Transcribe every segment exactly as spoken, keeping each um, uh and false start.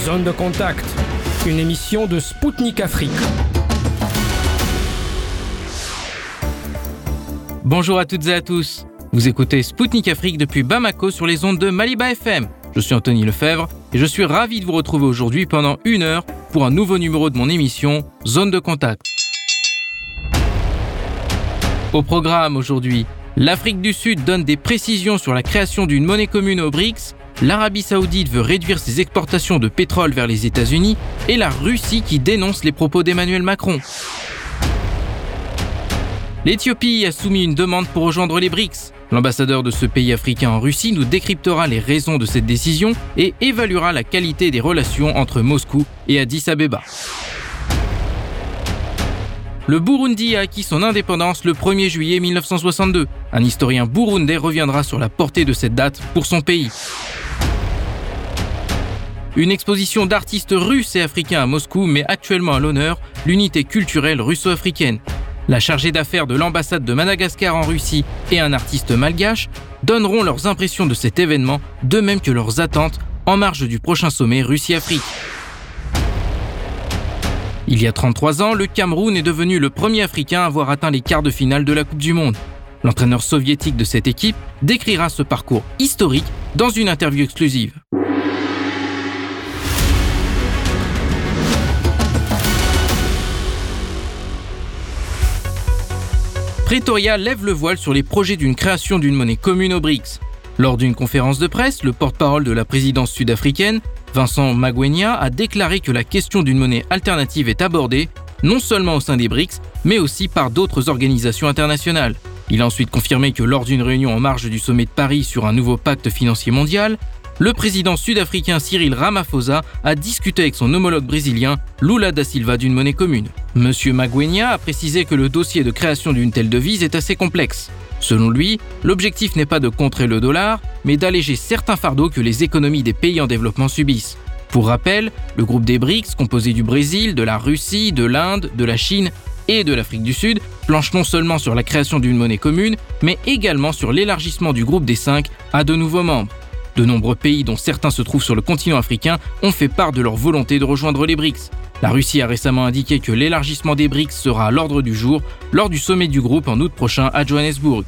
Zone de contact, une émission de Spoutnik Afrique. Bonjour à toutes et à tous. Vous écoutez Spoutnik Afrique depuis Bamako sur les ondes de Maliba F M. Je suis Anthony Lefebvre et je suis ravi de vous retrouver aujourd'hui pendant une heure pour un nouveau numéro de mon émission Zone de contact. Au programme aujourd'hui, l'Afrique du Sud donne des précisions sur la création d'une monnaie commune aux B R I C S, l'Arabie Saoudite veut réduire ses exportations de pétrole vers les États-Unis et la Russie qui dénonce les propos d'Emmanuel Macron. L'Éthiopie a soumis une demande pour rejoindre les B R I C S. L'ambassadeur de ce pays africain en Russie nous décryptera les raisons de cette décision et évaluera la qualité des relations entre Moscou et Addis Abeba. Le Burundi a acquis son indépendance le premier juillet mille neuf cent soixante-deux. Un historien burundais reviendra sur la portée de cette date pour son pays. Une exposition d'artistes russes et africains à Moscou met actuellement à l'honneur l'unité culturelle russo-africaine. La chargée d'affaires de l'ambassade de Madagascar en Russie et un artiste malgache donneront leurs impressions de cet événement, de même que leurs attentes en marge du prochain sommet Russie-Afrique. Il y a trente-trois ans, le Cameroun est devenu le premier Africain à avoir atteint les quarts de finale de la Coupe du Monde. L'entraîneur soviétique de cette équipe décrira ce parcours historique dans une interview exclusive. Pretoria lève le voile sur les projets d'une création d'une monnaie commune aux B R I C S. Lors d'une conférence de presse, le porte-parole de la présidence sud-africaine, Vincent Magwenya, a déclaré que la question d'une monnaie alternative est abordée, non seulement au sein des B R I C S, mais aussi par d'autres organisations internationales. Il a ensuite confirmé que lors d'une réunion en marge du sommet de Paris sur un nouveau pacte financier mondial, le président sud-africain Cyril Ramaphosa a discuté avec son homologue brésilien Lula da Silva d'une monnaie commune. Monsieur Magwenya a précisé que le dossier de création d'une telle devise est assez complexe. Selon lui, l'objectif n'est pas de contrer le dollar, mais d'alléger certains fardeaux que les économies des pays en développement subissent. Pour rappel, le groupe des B R I C S, composé du Brésil, de la Russie, de l'Inde, de la Chine et de l'Afrique du Sud, planche non seulement sur la création d'une monnaie commune, mais également sur l'élargissement du groupe des cinq à de nouveaux membres. De nombreux pays, dont certains se trouvent sur le continent africain, ont fait part de leur volonté de rejoindre les B R I C S. La Russie a récemment indiqué que l'élargissement des B R I C S sera à l'ordre du jour lors du sommet du groupe en août prochain à Johannesburg.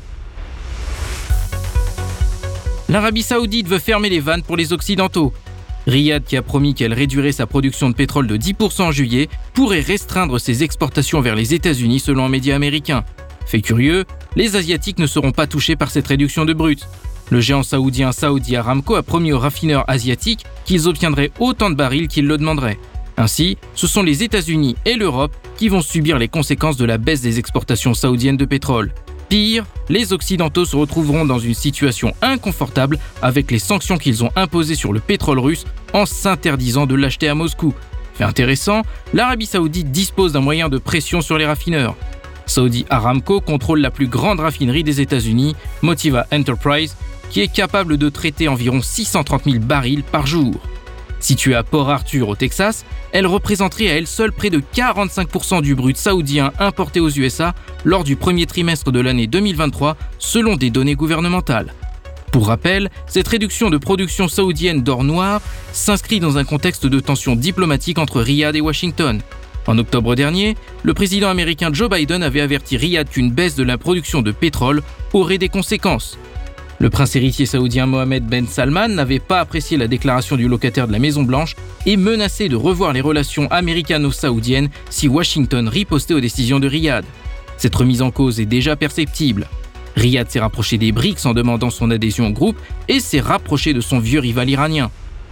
L'Arabie Saoudite veut fermer les vannes pour les Occidentaux. Riyad, qui a promis qu'elle réduirait sa production de pétrole de dix pour cent en juillet, pourrait restreindre ses exportations vers les États-Unis selon un média américain. Fait curieux, les Asiatiques ne seront pas touchés par cette réduction de brut. Le géant saoudien Saudi Aramco a promis aux raffineurs asiatiques qu'ils obtiendraient autant de barils qu'ils le demanderaient. Ainsi, ce sont les États-Unis et l'Europe qui vont subir les conséquences de la baisse des exportations saoudiennes de pétrole. Pire, les Occidentaux se retrouveront dans une situation inconfortable avec les sanctions qu'ils ont imposées sur le pétrole russe en s'interdisant de l'acheter à Moscou. Fait intéressant, l'Arabie Saoudite dispose d'un moyen de pression sur les raffineurs. Saudi Aramco contrôle la plus grande raffinerie des États-Unis, Motiva Enterprise, qui est capable de traiter environ six cent trente mille barils par jour. Située à Port Arthur au Texas, elle représenterait à elle seule près de quarante-cinq pour cent du brut saoudien importé aux U S A lors du premier trimestre de l'année deux mille vingt-trois, selon des données gouvernementales. Pour rappel, cette réduction de production saoudienne d'or noir s'inscrit dans un contexte de tensions diplomatiques entre Riyad et Washington. En octobre dernier, le président américain Joe Biden avait averti Riyad qu'une baisse de la production de pétrole aurait des conséquences. Le prince héritier saoudien Mohammed Ben Salman n'avait pas apprécié la déclaration du locataire de la Maison-Blanche et menaçait de revoir les relations américano-saoudiennes si Washington ripostait aux décisions de Riyad. Cette remise en cause est déjà perceptible. Riyad s'est rapproché des B R I C S en demandant son adhésion au groupe et s'est rapproché de son vieux rival iranien.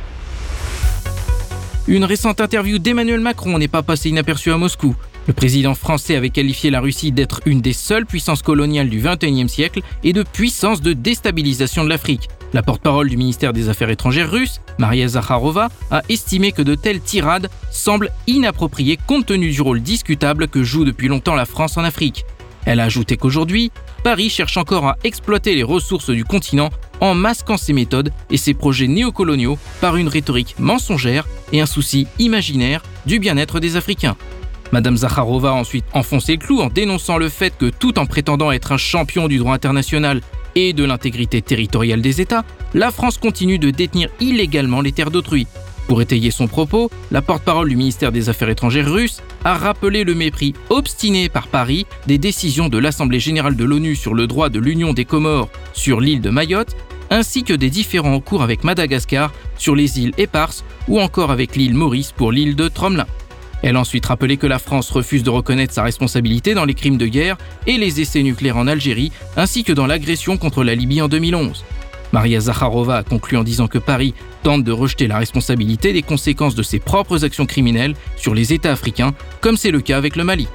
Une récente interview d'Emmanuel Macron n'est pas passée inaperçue à Moscou. Le président français avait qualifié la Russie d'être une des seules puissances coloniales du vingt et unième siècle et de puissance de déstabilisation de l'Afrique. La porte-parole du ministère des Affaires étrangères russe, Maria Zakharova, a estimé que de telles tirades semblent inappropriées compte tenu du rôle discutable que joue depuis longtemps la France en Afrique. Elle a ajouté qu'aujourd'hui, Paris cherche encore à exploiter les ressources du continent en masquant ses méthodes et ses projets néocoloniaux par une rhétorique mensongère et un souci imaginaire du bien-être des Africains. Madame Zakharova a ensuite enfoncé le clou en dénonçant le fait que, tout en prétendant être un champion du droit international et de l'intégrité territoriale des États, la France continue de détenir illégalement les terres d'autrui. Pour étayer son propos, la porte-parole du ministère des Affaires étrangères russe a rappelé le mépris obstiné par Paris des décisions de l'Assemblée générale de l'ONU sur le droit de l'Union des Comores sur l'île de Mayotte, ainsi que des différends en cours avec Madagascar sur les îles Éparses ou encore avec l'île Maurice pour l'île de Tromelin. Elle a ensuite rappelé que la France refuse de reconnaître sa responsabilité dans les crimes de guerre et les essais nucléaires en Algérie, ainsi que dans l'agression contre la Libye en deux mille onze. Maria Zakharova a conclu en disant que Paris tente de rejeter la responsabilité des conséquences de ses propres actions criminelles sur les États africains, comme c'est le cas avec le Mali.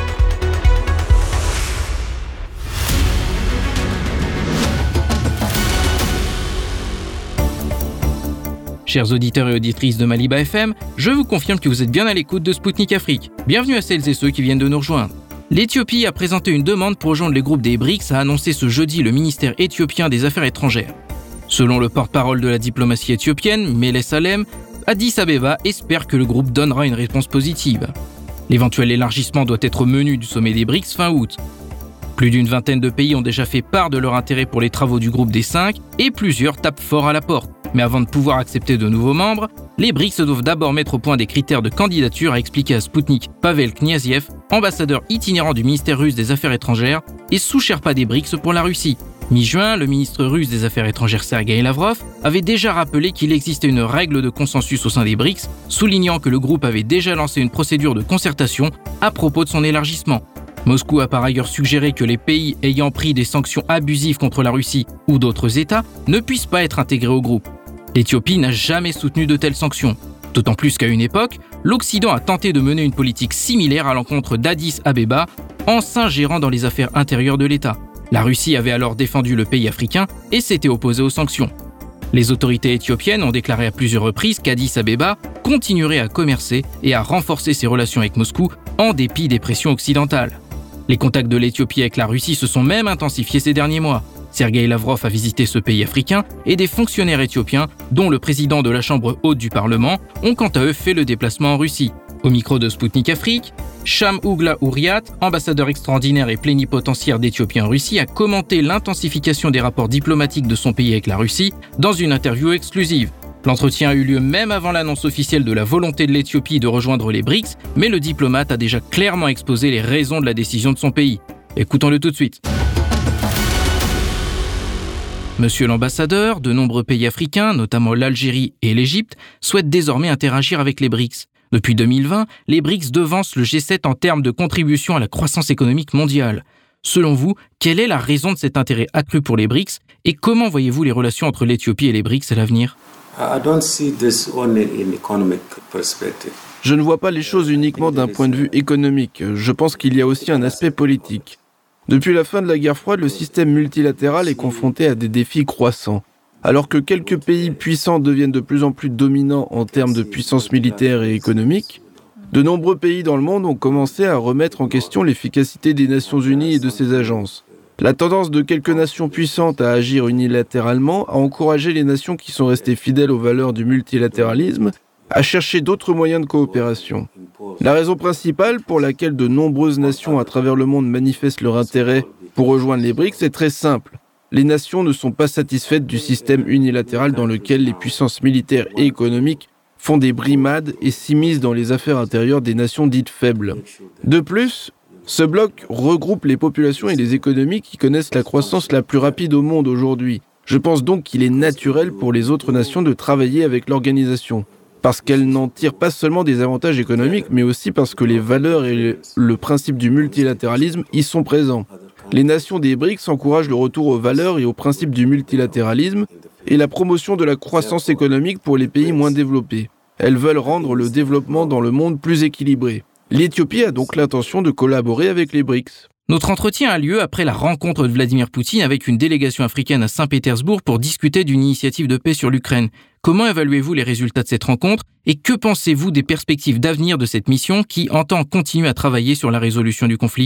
Chers auditeurs et auditrices de Maliba F M, je vous confirme que vous êtes bien à l'écoute de Spoutnik Afrique. Bienvenue à celles et ceux qui viennent de nous rejoindre. L'Éthiopie a présenté une demande pour rejoindre les groupes des B R I C S, a annoncé ce jeudi le ministère éthiopien des Affaires étrangères. Selon le porte-parole de la diplomatie éthiopienne, Meles Alem, Addis Abeba espère que le groupe donnera une réponse positive. L'éventuel élargissement doit être au menu du sommet des B R I C S fin août. Plus d'une vingtaine de pays ont déjà fait part de leur intérêt pour les travaux du groupe des cinq et plusieurs tapent fort à la porte. Mais avant de pouvoir accepter de nouveaux membres, les B R I C S doivent d'abord mettre au point des critères de candidature, a expliqué à Spoutnik Pavel Kniaziev, ambassadeur itinérant du ministère russe des Affaires étrangères et sous-sherpa des B R I C S pour la Russie. Mi-juin, le ministre russe des Affaires étrangères Sergueï Lavrov avait déjà rappelé qu'il existait une règle de consensus au sein des B R I C S, soulignant que le groupe avait déjà lancé une procédure de concertation à propos de son élargissement. Moscou a par ailleurs suggéré que les pays ayant pris des sanctions abusives contre la Russie ou d'autres États ne puissent pas être intégrés au groupe. L'Éthiopie n'a jamais soutenu de telles sanctions. D'autant plus qu'à une époque, l'Occident a tenté de mener une politique similaire à l'encontre d'Addis Abeba en s'ingérant dans les affaires intérieures de l'État. La Russie avait alors défendu le pays africain et s'était opposée aux sanctions. Les autorités éthiopiennes ont déclaré à plusieurs reprises qu'Addis Abeba continuerait à commercer et à renforcer ses relations avec Moscou en dépit des pressions occidentales. Les contacts de l'Éthiopie avec la Russie se sont même intensifiés ces derniers mois. Sergueï Lavrov a visité ce pays africain et des fonctionnaires éthiopiens, dont le président de la Chambre haute du Parlement, ont quant à eux fait le déplacement en Russie. Au micro de Spoutnik Afrique, Sham Ougla Ouriat, ambassadeur extraordinaire et plénipotentiaire d'Éthiopie en Russie, a commenté l'intensification des rapports diplomatiques de son pays avec la Russie dans une interview exclusive. L'entretien a eu lieu même avant l'annonce officielle de la volonté de l'Éthiopie de rejoindre les B R I C S, mais le diplomate a déjà clairement exposé les raisons de la décision de son pays. Écoutons-le tout de suite. Monsieur l'ambassadeur, de nombreux pays africains, notamment l'Algérie et l'Égypte, souhaitent désormais interagir avec les B R I C S. Depuis deux mille vingt, les B R I C S devancent le G sept en termes de contribution à la croissance économique mondiale. Selon vous, quelle est la raison de cet intérêt accru pour les B R I C S et comment voyez-vous les relations entre l'Éthiopie et les B R I C S à l'avenir ? Je ne vois pas les choses uniquement d'un point de vue économique. Je pense qu'il y a aussi un aspect politique. Depuis la fin de la guerre froide, le système multilatéral est confronté à des défis croissants. Alors que quelques pays puissants deviennent de plus en plus dominants en termes de puissance militaire et économique, de nombreux pays dans le monde ont commencé à remettre en question l'efficacité des Nations Unies et de ses agences. La tendance de quelques nations puissantes à agir unilatéralement a encouragé les nations qui sont restées fidèles aux valeurs du multilatéralisme à chercher d'autres moyens de coopération. La raison principale pour laquelle de nombreuses nations à travers le monde manifestent leur intérêt pour rejoindre les B R I C S est très simple. Les nations ne sont pas satisfaites du système unilatéral dans lequel les puissances militaires et économiques font des brimades et s'immiscent dans les affaires intérieures des nations dites faibles. De plus, ce bloc regroupe les populations et les économies qui connaissent la croissance la plus rapide au monde aujourd'hui. Je pense donc qu'il est naturel pour les autres nations de travailler avec l'organisation, parce qu'elles n'en tirent pas seulement des avantages économiques, mais aussi parce que les valeurs et le principe du multilatéralisme y sont présents. Les nations des B R I C S encouragent le retour aux valeurs et aux principes du multilatéralisme et la promotion de la croissance économique pour les pays moins développés. Elles veulent rendre le développement dans le monde plus équilibré. L'Éthiopie a donc l'intention de collaborer avec les B R I C S. Notre entretien a lieu après la rencontre de Vladimir Poutine avec une délégation africaine à Saint-Pétersbourg pour discuter d'une initiative de paix sur l'Ukraine. Comment évaluez-vous les résultats de cette rencontre et que pensez-vous des perspectives d'avenir de cette mission qui entend continuer à travailler sur la résolution du conflit ?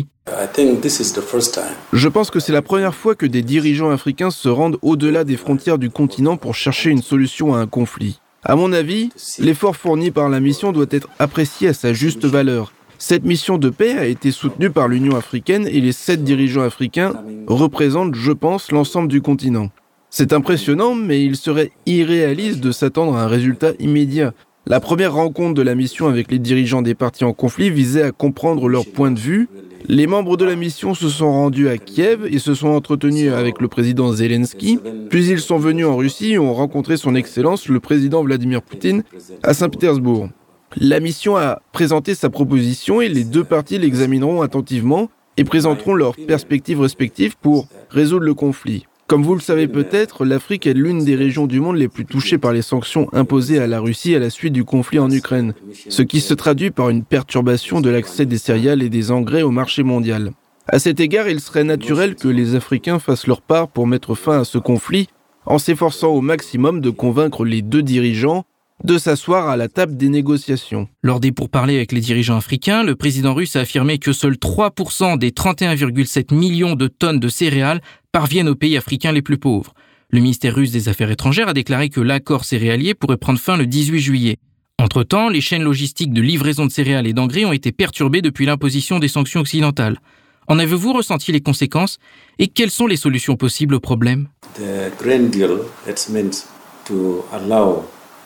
Je pense que c'est la première fois que des dirigeants africains se rendent au-delà des frontières du continent pour chercher une solution à un conflit. À mon avis, l'effort fourni par la mission doit être apprécié à sa juste valeur. Cette mission de paix a été soutenue par l'Union africaine et les sept dirigeants africains représentent, je pense, l'ensemble du continent. C'est impressionnant, mais il serait irréaliste de s'attendre à un résultat immédiat. La première rencontre de la mission avec les dirigeants des partis en conflit visait à comprendre leur point de vue. Les membres de la mission se sont rendus à Kiev et se sont entretenus avec le président Zelensky. Puis ils sont venus en Russie et ont rencontré son Excellence, le président Vladimir Poutine, à Saint-Pétersbourg. La mission a présenté sa proposition et les deux parties l'examineront attentivement et présenteront leurs perspectives respectives pour résoudre le conflit. Comme vous le savez peut-être, l'Afrique est l'une des régions du monde les plus touchées par les sanctions imposées à la Russie à la suite du conflit en Ukraine, ce qui se traduit par une perturbation de l'accès des céréales et des engrais au marché mondial. À cet égard, il serait naturel que les Africains fassent leur part pour mettre fin à ce conflit en s'efforçant au maximum de convaincre les deux dirigeants de s'asseoir à la table des négociations. Lors des pourparlers avec les dirigeants africains, le président russe a affirmé que seuls trois pour cent des trente et un virgule sept millions de tonnes de céréales parviennent aux pays africains les plus pauvres. Le ministère russe des Affaires étrangères a déclaré que l'accord céréalier pourrait prendre fin le dix-huit juillet. Entre-temps, les chaînes logistiques de livraison de céréales et d'engrais ont été perturbées depuis l'imposition des sanctions occidentales. En avez-vous ressenti les conséquences et quelles sont les solutions possibles au problème ? The grain deal, it's meant to allow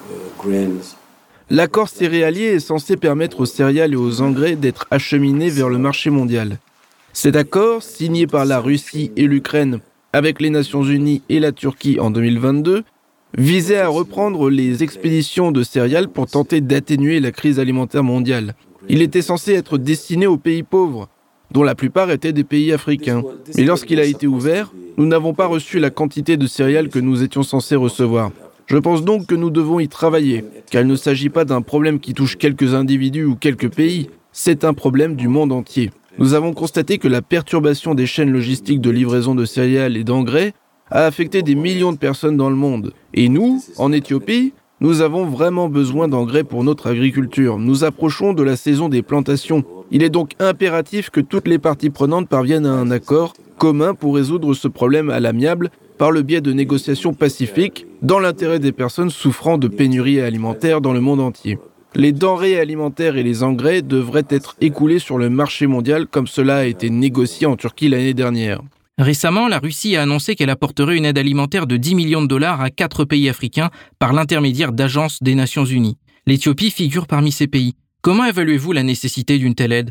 L'accord céréalier est censé permettre aux céréales et aux engrais d'être acheminés vers le marché mondial. Cet accord, signé par la Russie et l'Ukraine avec les Nations Unies et la Turquie en deux mille vingt-deux, visait à reprendre les expéditions de céréales pour tenter d'atténuer la crise alimentaire mondiale. Il était censé être destiné aux pays pauvres, dont la plupart étaient des pays africains. Mais lorsqu'il a été ouvert, nous n'avons pas reçu la quantité de céréales que nous étions censés recevoir. Je pense donc que nous devons y travailler, car il ne s'agit pas d'un problème qui touche quelques individus ou quelques pays, c'est un problème du monde entier. Nous avons constaté que la perturbation des chaînes logistiques de livraison de céréales et d'engrais a affecté des millions de personnes dans le monde. Et nous, en Éthiopie, nous avons vraiment besoin d'engrais pour notre agriculture. Nous approchons de la saison des plantations. Il est donc impératif que toutes les parties prenantes parviennent à un accord commun pour résoudre ce problème à l'amiable par le biais de négociations pacifiques dans l'intérêt des personnes souffrant de pénuries alimentaires dans le monde entier. Les denrées alimentaires et les engrais devraient être écoulés sur le marché mondial comme cela a été négocié en Turquie l'année dernière. Récemment, la Russie a annoncé qu'elle apporterait une aide alimentaire de dix millions de dollars à quatre pays africains par l'intermédiaire d'agences des Nations Unies. L'Éthiopie figure parmi ces pays. Comment évaluez-vous la nécessité d'une telle aide ?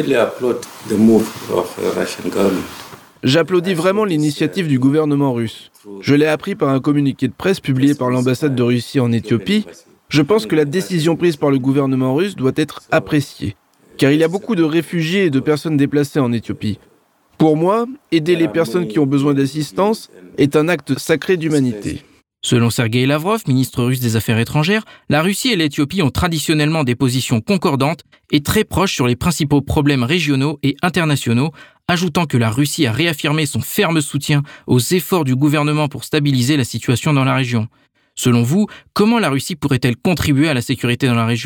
J'applaudis vraiment l'initiative du gouvernement russe. Je l'ai appris par un communiqué de presse publié par l'ambassade de Russie en Éthiopie. Je pense que la décision prise par le gouvernement russe doit être appréciée, car il y a beaucoup de réfugiés et de personnes déplacées en Éthiopie. Pour moi, aider les personnes qui ont besoin d'assistance est un acte sacré d'humanité. Selon Sergueï Lavrov, ministre russe des Affaires étrangères, la Russie et l'Éthiopie ont traditionnellement des positions concordantes et très proches sur les principaux problèmes régionaux et internationaux, ajoutant que la Russie a réaffirmé son ferme soutien aux efforts du gouvernement pour stabiliser la situation dans la région. Selon vous, comment la Russie pourrait-elle contribuer à la sécurité dans la région ?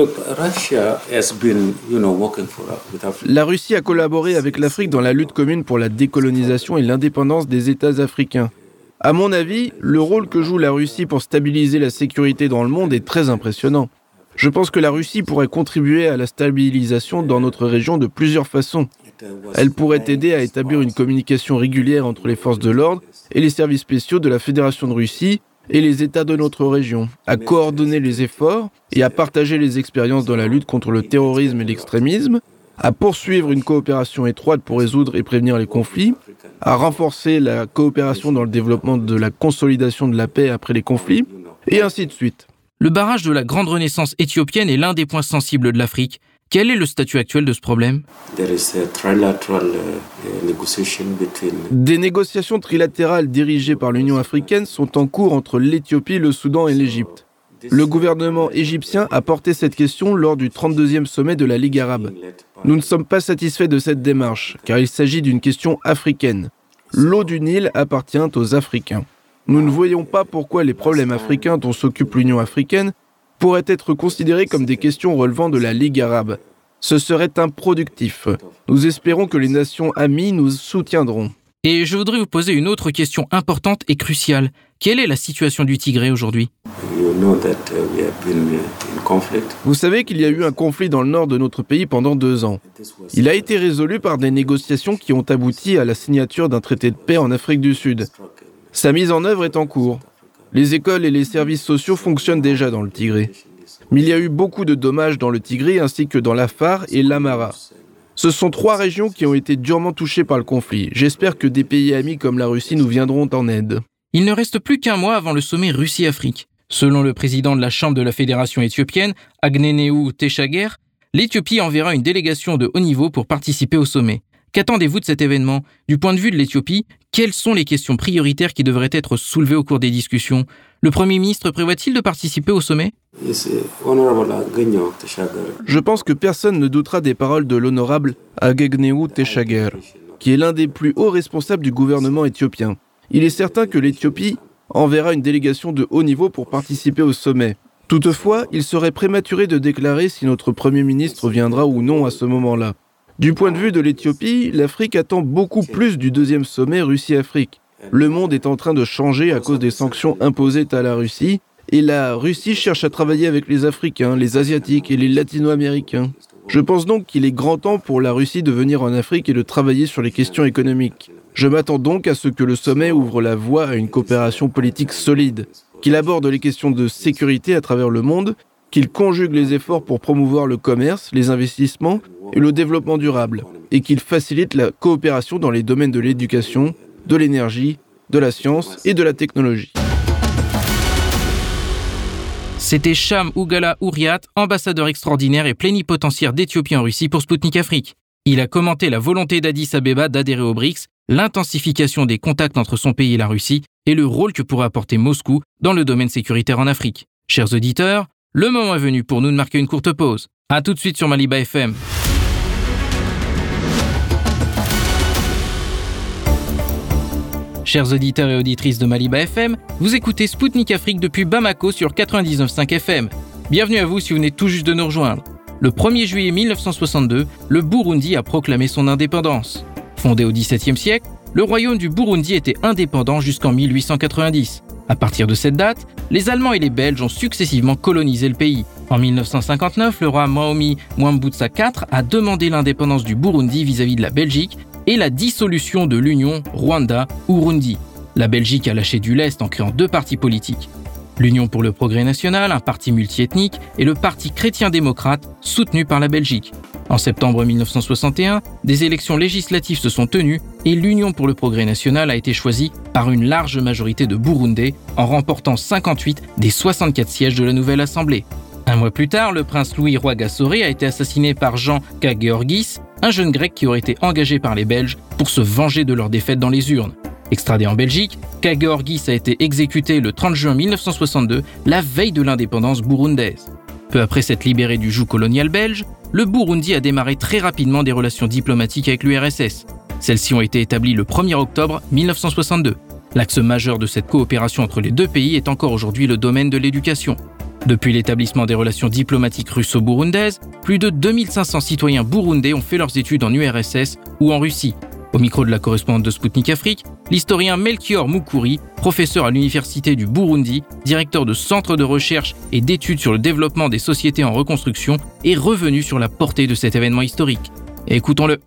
La Russie a collaboré avec l'Afrique dans la lutte commune pour la décolonisation et l'indépendance des États africains. À mon avis, le rôle que joue la Russie pour stabiliser la sécurité dans le monde est très impressionnant. Je pense que la Russie pourrait contribuer à la stabilisation dans notre région de plusieurs façons. Elle pourrait aider à établir une communication régulière entre les forces de l'ordre et les services spéciaux de la Fédération de Russie et les États de notre région, à coordonner les efforts et à partager les expériences dans la lutte contre le terrorisme et l'extrémisme, à poursuivre une coopération étroite pour résoudre et prévenir les conflits, à renforcer la coopération dans le développement de la consolidation de la paix après les conflits, et ainsi de suite. Le barrage de la Grande Renaissance éthiopienne est l'un des points sensibles de l'Afrique. Quel est le statut actuel de ce problème ? Des négociations trilatérales dirigées par l'Union africaine sont en cours entre l'Éthiopie, le Soudan et l'Égypte. Le gouvernement égyptien a porté cette question lors du trente-deuxième sommet de la Ligue arabe. Nous ne sommes pas satisfaits de cette démarche, car il s'agit d'une question africaine. L'eau du Nil appartient aux Africains. Nous ne voyons pas pourquoi les problèmes africains dont s'occupe l'Union africaine pourraient être considérés comme des questions relevant de la Ligue arabe. Ce serait improductif. Nous espérons que les nations amies nous soutiendront. Et je voudrais vous poser une autre question importante et cruciale. Quelle est la situation du Tigré aujourd'hui ? Vous savez qu'il y a eu un conflit dans le nord de notre pays pendant deux ans. Il a été résolu par des négociations qui ont abouti à la signature d'un traité de paix en Afrique du Sud. Sa mise en œuvre est en cours. Les écoles et les services sociaux fonctionnent déjà dans le Tigré. Mais il y a eu beaucoup de dommages dans le Tigray ainsi que dans l'Afar et l'Amhara. Ce sont trois régions qui ont été durement touchées par le conflit. J'espère que des pays amis comme la Russie nous viendront en aide. Il ne reste plus qu'un mois avant le sommet Russie-Afrique. Selon le président de la Chambre de la Fédération éthiopienne, Agnenew Teshager, l'Éthiopie enverra une délégation de haut niveau pour participer au sommet. Qu'attendez-vous de cet événement ? Du point de vue de l'Éthiopie, quelles sont les questions prioritaires qui devraient être soulevées au cours des discussions ? Le Premier ministre prévoit-il de participer au sommet ? Je pense que personne ne doutera des paroles de l'honorable Agnenew Teshager, qui est l'un des plus hauts responsables du gouvernement éthiopien. Il est certain que l'Éthiopie enverra une délégation de haut niveau pour participer au sommet. Toutefois, il serait prématuré de déclarer si notre Premier ministre viendra ou non à ce moment-là. Du point de vue de l'Éthiopie, l'Afrique attend beaucoup plus du deuxième sommet Russie-Afrique. Le monde est en train de changer à cause des sanctions imposées à la Russie, et la Russie cherche à travailler avec les Africains, les Asiatiques et les Latino-Américains. Je pense donc qu'il est grand temps pour la Russie de venir en Afrique et de travailler sur les questions économiques. Je m'attends donc à ce que le sommet ouvre la voie à une coopération politique solide, qu'il aborde les questions de sécurité à travers le monde, qu'il conjugue les efforts pour promouvoir le commerce, les investissements et le développement durable, et qu'il facilite la coopération dans les domaines de l'éducation, de l'énergie, de la science et de la technologie. C'était Cham Ougala Ouriat, ambassadeur extraordinaire et plénipotentiaire d'Éthiopie en Russie pour Sputnik Afrique. Il a commenté la volonté d'Addis Abeba d'adhérer aux B R I C S, l'intensification des contacts entre son pays et la Russie et le rôle que pourrait apporter Moscou dans le domaine sécuritaire en Afrique. Chers auditeurs, le moment est venu pour nous de marquer une courte pause. A tout de suite sur Maliba F M. Chers auditeurs et auditrices de Maliba F M, vous écoutez Sputnik Afrique depuis Bamako sur quatre-vingt-dix-neuf virgule cinq F M. Bienvenue à vous si vous venez tout juste de nous rejoindre. Le premier juillet mille neuf cent soixante-deux, le Burundi a proclamé son indépendance. Fondé au dix-septième siècle, le royaume du Burundi était indépendant jusqu'en mille huit cent quatre-vingt-dix. À partir de cette date, les Allemands et les Belges ont successivement colonisé le pays. En mille neuf cent cinquante-neuf, le roi Mwaomi Mwambutsa quatre a demandé l'indépendance du Burundi vis-à-vis de la Belgique et la dissolution de l'Union Rwanda-Urundi. La Belgique a lâché du lest en créant deux partis politiques. L'Union pour le progrès national, un parti multiethnique, et le Parti chrétien-démocrate, soutenu par la Belgique. En septembre mille neuf cent soixante et un, des élections législatives se sont tenues et l'Union pour le progrès national a été choisie par une large majorité de Burundais en remportant cinquante-huit des soixante-quatre sièges de la nouvelle Assemblée. Un mois plus tard, le prince Louis Rwagasore a été assassiné par Jean Kagéorghis, un jeune grec qui aurait été engagé par les Belges pour se venger de leur défaite dans les urnes. Extradé en Belgique, Kagéorghis a été exécuté le trente juin mille neuf cent soixante-deux, la veille de l'indépendance burundaise. Peu après s'être libéré du joug colonial belge, le Burundi a démarré très rapidement des relations diplomatiques avec l'U R S S. Celles-ci ont été établies le premier octobre mille neuf cent soixante-deux. L'axe majeur de cette coopération entre les deux pays est encore aujourd'hui le domaine de l'éducation. Depuis l'établissement des relations diplomatiques russo-burundaises, plus de deux mille cinq cents citoyens burundais ont fait leurs études en U R S S ou en Russie. Au micro de la correspondante de Sputnik Afrique, l'historien Melchior Mukuri, professeur à l'Université du Burundi, directeur de centre de recherche et d'études sur le développement des sociétés en reconstruction, est revenu sur la portée de cet événement historique. Écoutons-le.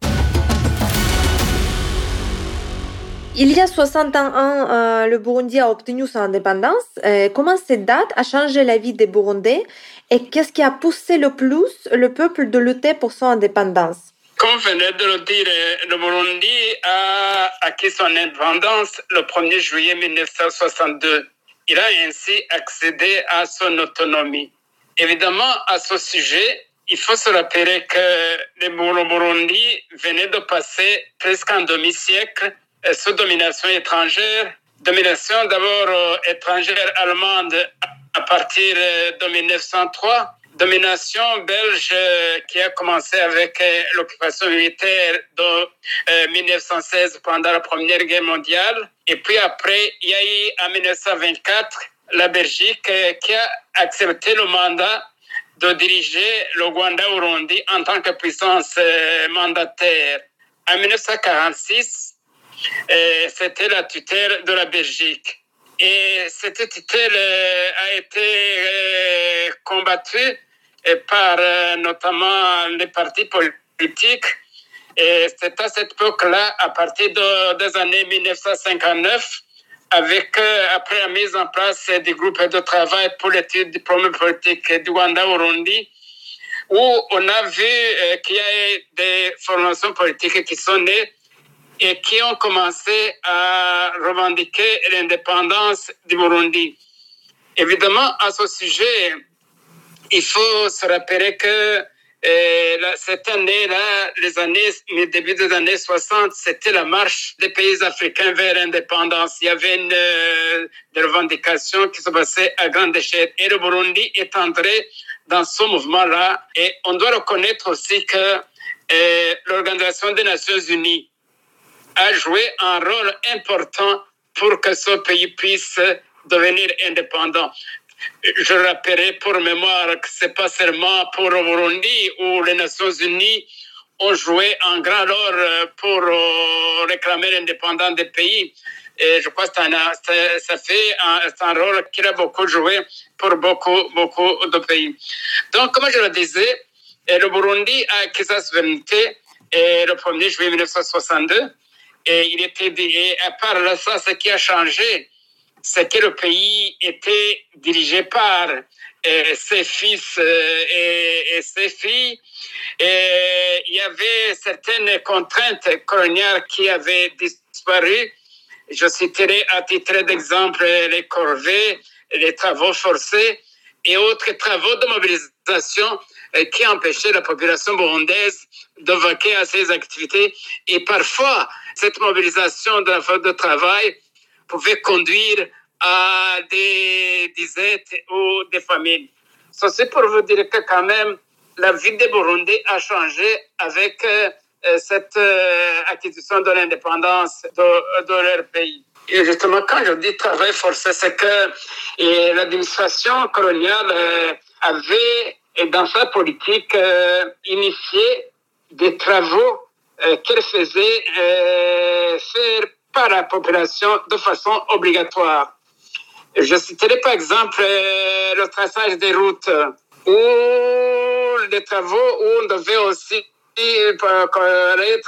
Il y a soixante ans, euh, le Burundi a obtenu son indépendance. Euh, comment cette date a changé la vie des Burundais et qu'est-ce qui a poussé le plus le peuple de lutter pour son indépendance? Comme venait de le dire, le Burundi a acquis son indépendance le premier juillet mille neuf cent soixante-deux. Il a ainsi accédé à son autonomie. Évidemment, à ce sujet, il faut se rappeler que le Burundi venait de passer presque un demi-siècle sous domination étrangère. Domination d'abord étrangère allemande à partir de mille neuf cent trois. Domination belge qui a commencé avec l'occupation militaire de mille neuf cent seize pendant la Première Guerre mondiale. Et puis après, il y a eu en mille neuf cent vingt-quatre la Belgique qui a accepté le mandat de diriger le Rwanda-Urundi en tant que puissance mandataire. En mille neuf cent quarante-six, c'était la tutelle de la Belgique. Et cette tutelle a été combattue par notamment les partis politiques. Et c'est à cette époque-là, à partir de, des années mille neuf cent cinquante-neuf, avec, euh, après la mise en place des groupes de travail pour l'étude du problème politique du Rwanda-Burundi, où on a vu euh, qu'il y a des formations politiques qui sont nées et qui ont commencé à revendiquer l'indépendance du Burundi. Évidemment, à ce sujet, il faut se rappeler que euh, là, cette année-là, les années, le début des années soixante, c'était la marche des pays africains vers l'indépendance. Il y avait une, euh, des revendications qui se passaient à grande échelle. Et le Burundi est entré dans ce mouvement-là. Et on doit reconnaître aussi que euh, l'Organisation des Nations Unies a joué un rôle important pour que ce pays puisse devenir indépendant. Je rappellerai pour mémoire que ce n'est pas seulement pour le Burundi où les Nations Unies ont joué un grand rôle pour réclamer l'indépendance des pays. Et je crois que ça fait un, un rôle qu'il a beaucoup joué pour beaucoup, beaucoup de pays. Donc, comme je le disais, le Burundi a acquis sa souveraineté le premier juillet dix-neuf cent soixante-deux. Et il était, et à part ça, ce qui a changé, c'est que le pays était dirigé par euh, ses fils euh, et, et ses filles. Et il y avait certaines contraintes coloniales qui avaient disparu. Je citerai à titre d'exemple les corvées, les travaux forcés et autres travaux de mobilisation euh, qui empêchaient la population burundaise de vaquer à ses activités. Et parfois, cette mobilisation de la force de travail pouvait conduire à des disettes ou des famines. C'est pour vous dire que quand même, la vie des Burundais a changé avec euh, cette euh, acquisition de l'indépendance de, de leur pays. Et justement, quand je dis travail forcé, c'est que et l'administration coloniale euh, avait, dans sa politique, euh, initié des travaux euh, qu'elle faisait euh, faire par la population de façon obligatoire. Je citerai par exemple euh, le traçage des routes ou les travaux où on devait aussi euh, aller,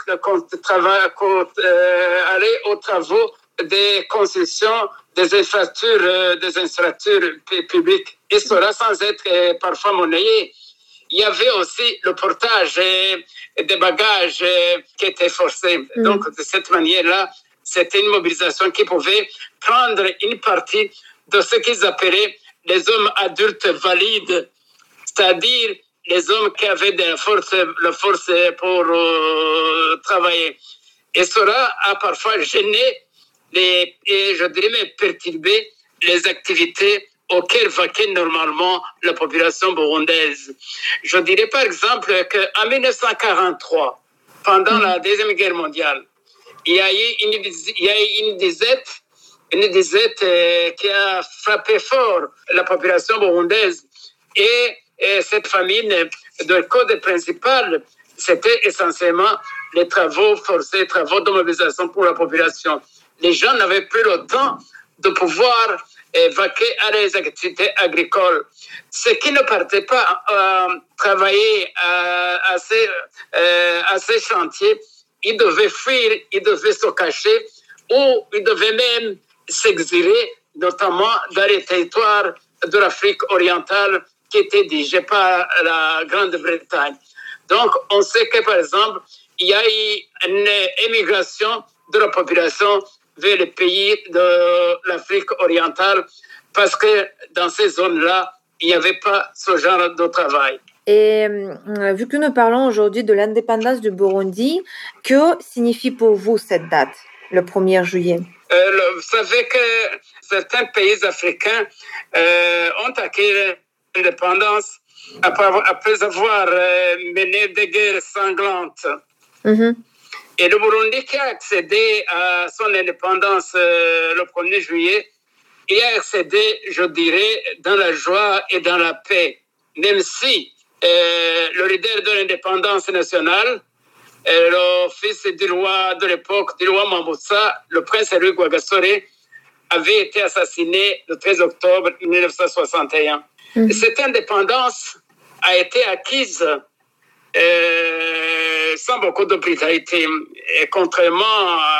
euh, aller aux travaux des concessions des infrastructures, euh, des infrastructures publiques, et cela sans être euh, parfois monnayé. Il y avait aussi le portage euh, des bagages euh, qui était forcé. Mmh. Donc, de cette manière-là, c'était une mobilisation qui pouvait prendre une partie de ce qu'ils appelaient les hommes adultes valides, c'est-à-dire les hommes qui avaient de la force, la force pour euh, travailler. Et cela a parfois gêné les, et je dirais même perturbé les activités auxquelles vaquait normalement la population burundaise. Je dirais par exemple qu'en dix-neuf cent quarante-trois, pendant mmh. la Deuxième Guerre mondiale, il y a eu une, il y a eu une disette, une disette euh, qui a frappé fort la population burundaise. Et, et cette famine, de cause principale, c'était essentiellement les travaux forcés, les travaux de mobilisation pour la population. Les gens n'avaient plus le temps de pouvoir euh, vaquer à les activités agricoles. Ceux qui ne partaient pas euh, travailler à, à, ces, euh, à ces chantiers, ils devaient fuir, ils devaient se cacher ou ils devaient même s'exiler, notamment dans les territoires de l'Afrique orientale qui étaient dirigés par la Grande-Bretagne. Donc, on sait que, par exemple, il y a eu une émigration de la population vers les pays de l'Afrique orientale parce que dans ces zones-là, il n'y avait pas ce genre de travail. Et euh, vu que nous parlons aujourd'hui de l'indépendance du Burundi, que signifie pour vous cette date, le premier juillet? euh, le, Vous savez que certains pays africains euh, ont acquis l'indépendance après, après avoir euh, mené des guerres sanglantes. Mm-hmm. Et le Burundi qui a accédé à son indépendance euh, le premier juillet, il a accédé, je dirais, dans la joie et dans la paix, même si Euh, le leader de l'indépendance nationale, euh, le fils du roi de l'époque, du roi Mwambutsa, le prince Louis Rwagasore, avait été assassiné le treize octobre dix-neuf cent soixante et un. Mmh. Cette indépendance a été acquise euh, sans beaucoup de brutalité. Et contrairement à, à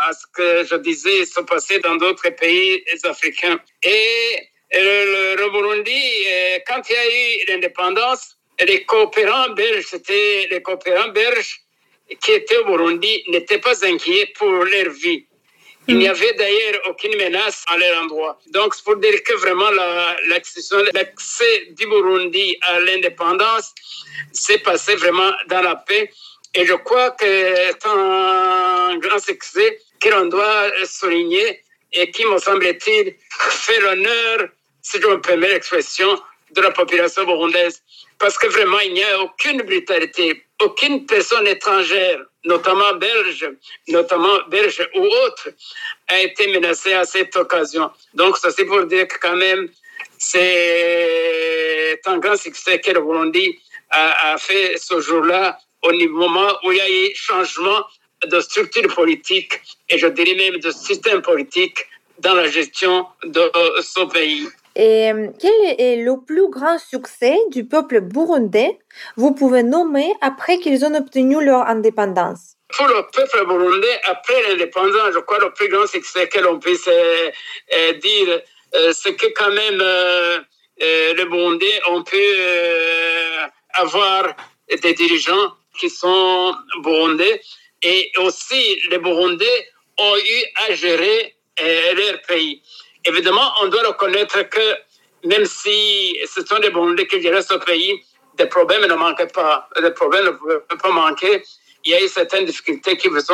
à ce que je disais se passer dans d'autres pays africains. Et le, le Burundi, quand il y a eu l'indépendance, les coopérants belges, c'était les coopérants belges qui étaient au Burundi, n'étaient pas inquiets pour leur vie. Il n'y avait d'ailleurs aucune menace à leur endroit. Donc, c'est pour dire que vraiment la, l'accès du Burundi à l'indépendance s'est passé vraiment dans la paix. Et je crois que c'est un grand succès que l'on doit souligner et qui, me semble-t-il, fait l'honneur, si je me permets l'expression, de la population burundaise. Parce que vraiment, il n'y a aucune brutalité, aucune personne étrangère, notamment belge, notamment belge ou autre, a été menacée à cette occasion. Donc, c'est pour dire que quand même, c'est un grand succès que le Burundi a, a fait ce jour-là, au moment où il y a eu changement de structure politique, et je dirais même de système politique, dans la gestion de ce pays. Et quel est le plus grand succès du peuple burundais, vous pouvez nommer, après qu'ils ont obtenu leur indépendance? Pour le peuple burundais, après l'indépendance, je crois que le plus grand succès que l'on puisse euh, euh, dire, euh, c'est que quand même euh, euh, les Burundais ont pu euh, avoir des dirigeants qui sont burundais, et aussi les Burundais ont eu à gérer euh, leur pays. Évidemment, on doit reconnaître que même si ce sont des Burundais qui géraient ce pays, des problèmes ne manquaient pas. Des problèmes ne pouvaient pas manquer. Il y a eu certaines difficultés qui vous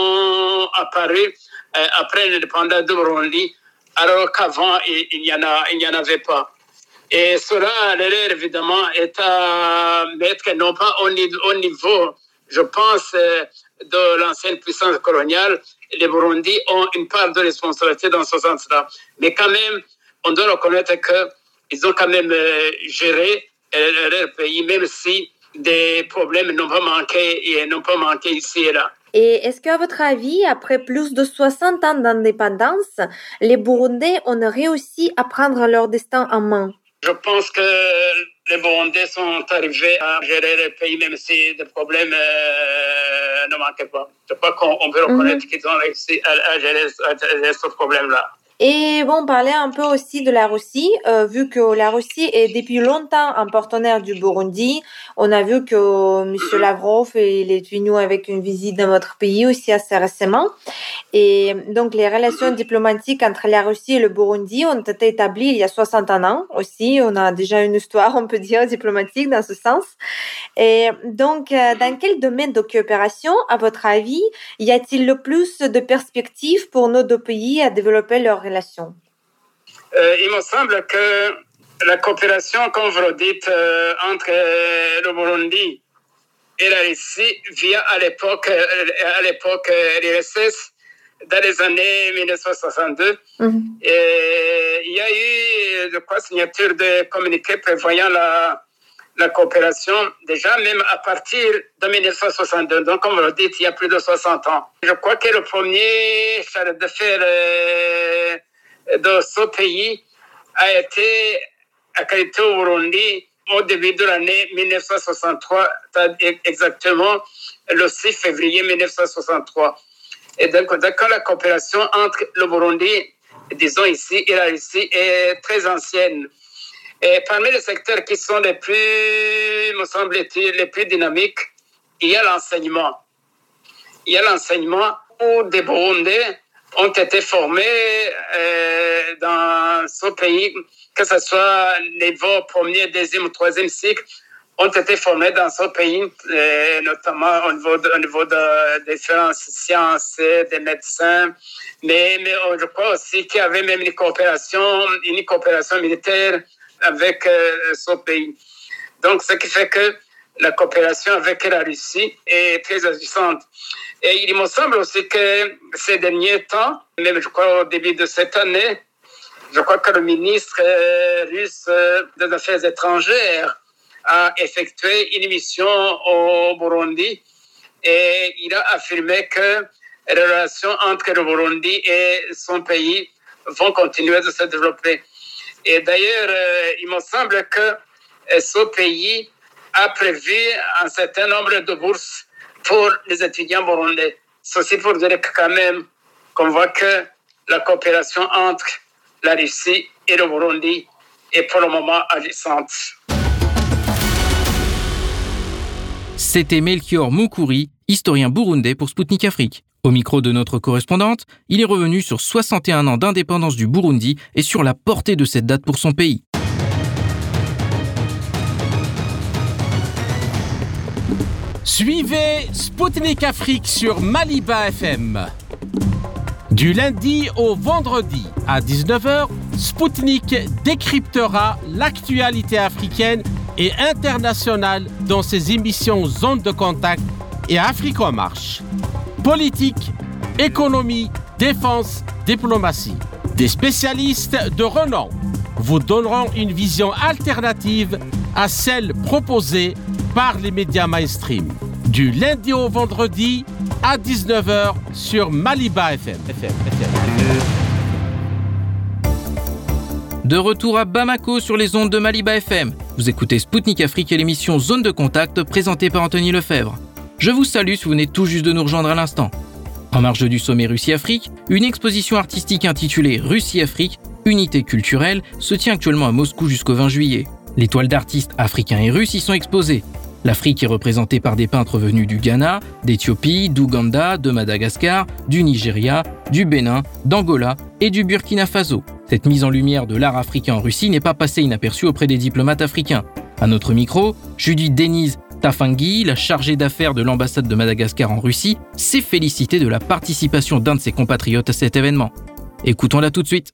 sont apparues euh, après l'indépendance du Burundi, alors qu'avant, il, il n'y en a, il n'y en avait pas. Et cela, l'erreur, évidemment, est à mettre non pas au niveau, au niveau je pense, euh, de l'ancienne puissance coloniale. Les Burundis ont une part de responsabilité dans ce sens-là. Mais quand même, on doit reconnaître qu'ils ont quand même euh, géré euh, leur pays, même si des problèmes n'ont pas manqué et n'ont pas manqué ici et là. Et est-ce qu'à votre avis, après plus de soixante ans d'indépendance, les Burundais ont réussi à prendre leur destin en main? Je pense que les Burundais sont arrivés à gérer le pays, même si des problèmes euh, ne manquaient pas. Je crois qu'on peut reconnaître mmh. qu'ils ont réussi à, à, gérer, à gérer ce problème-là. Et bon, parler un peu aussi de la Russie, euh, vu que la Russie est depuis longtemps un partenaire du Burundi. On a vu que M. Lavrov il est venu avec une visite dans votre pays aussi assez récemment. Et donc, les relations diplomatiques entre la Russie et le Burundi ont été établies il y a soixante-un ans aussi. On a déjà une histoire, on peut dire, diplomatique dans ce sens. Et donc, euh, dans quel domaine de coopération, à votre avis, y a-t-il le plus de perspectives pour nos deux pays à développer leurs relations? Euh, il me semble que la coopération, comme vous le dites, euh, entre euh, le Burundi et la Russie, via à l'époque, euh, à l'époque euh, l'U R S S, dans les années dix-neuf cent soixante-deux, mm-hmm. et il y a eu, je crois, signature de communiqués prévoyant la, la coopération, déjà même à partir de dix-neuf cent soixante-deux. Donc, comme vous le dites, il y a plus de soixante ans. Je crois que le premier chargé d'affaires euh, de ce pays a été accrédité au Burundi au début de l'année dix-neuf cent soixante-trois, exactement le six février dix-neuf cent soixante-trois. Et donc, quand la coopération entre le Burundi, disons ici, et la Russie est très ancienne. Et parmi les secteurs qui sont les plus, me semble-t-il, les plus dynamiques, il y a l'enseignement. Il y a l'enseignement où des Burundais ont été formés euh, dans ce pays, que ce soit niveau premier, deuxième ou troisième cycle, ont été formés dans ce pays, euh, notamment au niveau de, au niveau de, de différentes sciences, des médecins, mais, mais je crois aussi qu'il y avait même une coopération, une coopération militaire avec euh, ce pays. Donc, ce qui fait que la coopération avec la Russie est très agissante. Et il me semble aussi que ces derniers temps, même je crois au début de cette année, je crois que le ministre euh, russe euh, des Affaires étrangères a effectué une mission au Burundi et il a affirmé que les relations entre le Burundi et son pays vont continuer de se développer. Et d'ailleurs, euh, il me semble que euh, ce pays a prévu un certain nombre de bourses pour les étudiants burundais. Ceci pour dire que quand même, qu'on voit que la coopération entre la Russie et le Burundi est pour le moment agissante. C'était Melchior Mukuri, historien burundais pour Spoutnik Afrique. Au micro de notre correspondante, il est revenu sur soixante et un ans d'indépendance du Burundi et sur la portée de cette date pour son pays. Suivez Spoutnik Afrique sur Maliba F M. Du lundi au vendredi à dix-neuf heures, Spoutnik décryptera l'actualité africaine et internationale dans ses émissions Zone de Contact et Afrique en marche. Politique, économie, défense, diplomatie. Des spécialistes de renom vous donneront une vision alternative à celle proposée par les médias mainstream. Du lundi au vendredi à dix-neuf heures sur Maliba F M. F M, F M. De retour à Bamako sur les ondes de Maliba F M. Vous écoutez Spoutnik Afrique et l'émission Zone de Contact présentée par Anthony Lefebvre. Je vous salue si vous venez tout juste de nous rejoindre à l'instant. En marge du sommet Russie-Afrique, une exposition artistique intitulée Russie-Afrique, Unité culturelle, se tient actuellement à Moscou jusqu'au vingt juillet. Les toiles d'artistes africains et russes y sont exposées. L'Afrique est représentée par des peintres venus du Ghana, d'Éthiopie, d'Ouganda, de Madagascar, du Nigeria, du Bénin, d'Angola et du Burkina Faso. Cette mise en lumière de l'art africain en Russie n'est pas passée inaperçue auprès des diplomates africains. À notre micro, Judith Denise Tafangui, la chargée d'affaires de l'ambassade de Madagascar en Russie, s'est félicitée de la participation d'un de ses compatriotes à cet événement. Écoutons-la tout de suite.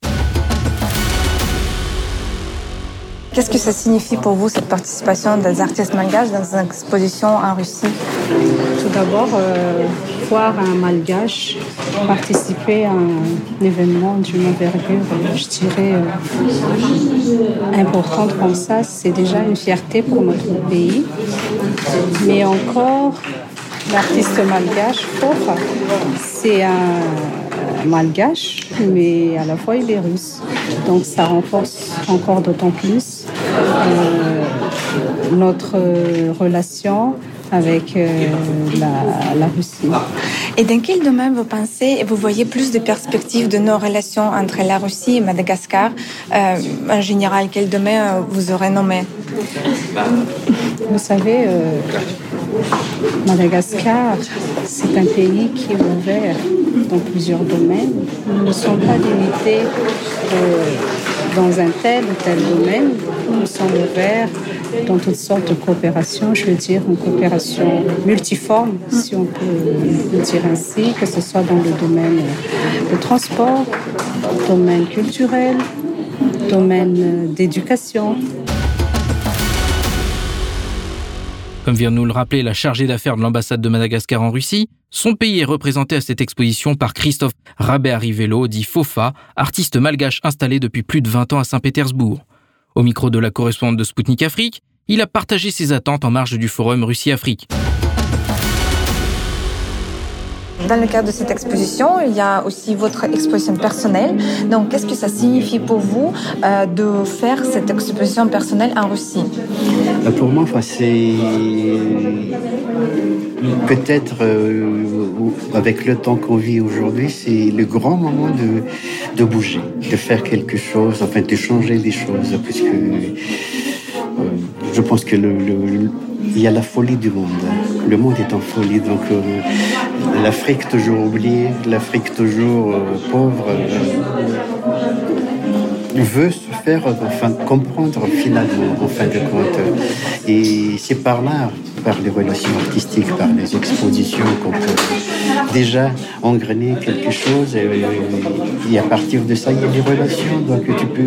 Qu'est-ce que ça signifie pour vous, cette participation des artistes malgaches dans une exposition en Russie ? Tout d'abord, euh, voir un malgache participer à un événement d'une envergure, je dirais, euh, importante comme ça, c'est déjà une fierté pour notre pays. Mais encore, l'artiste malgache, Fofa, c'est un malgache, mais à la fois il est russe. Donc ça renforce encore d'autant plus euh, notre relation avec euh, la, la Russie. Et dans quel domaine vous pensez et vous voyez plus de perspectives de nos relations entre la Russie et Madagascar ? euh, En général, quel domaine vous aurez nommé ? Vous savez, euh, Madagascar, c'est un pays qui est ouvert dans plusieurs domaines. Nous ne sommes pas limités euh, dans un tel ou tel domaine. Nous sommes ouverts dans toutes sortes de coopérations, je veux dire une coopération multiforme, si on peut le dire ainsi, que ce soit dans le domaine du transport, domaine culturel, domaine d'éducation. Comme vient de nous le rappeler la chargée d'affaires de l'ambassade de Madagascar en Russie, son pays est représenté à cette exposition par Christophe Rabéarivelo, dit Fofa, artiste malgache installé depuis plus de vingt ans à Saint-Pétersbourg. Au micro de la correspondante de Spoutnik Afrique, il a partagé ses attentes en marge du forum Russie-Afrique. Dans le cadre de cette exposition, il y a aussi votre exposition personnelle. Donc, qu'est-ce que ça signifie pour vous euh, de faire cette exposition personnelle en Russie ? Pour moi, enfin, c'est peut-être, euh, avec le temps qu'on vit aujourd'hui, c'est le grand moment de, de bouger, de faire quelque chose, enfin de changer des choses, puisque euh, je pense que le, le, il y a la folie du monde. Le monde est en folie, donc euh, l'Afrique toujours oubliée, l'Afrique toujours euh, pauvre, euh, veut se faire enfin, comprendre finalement, en fin de compte. Et c'est par l'art, par les relations artistiques, par les expositions qu'on peut déjà engrainer quelque chose. Et, et à partir de ça, il y a des relations. Donc tu peux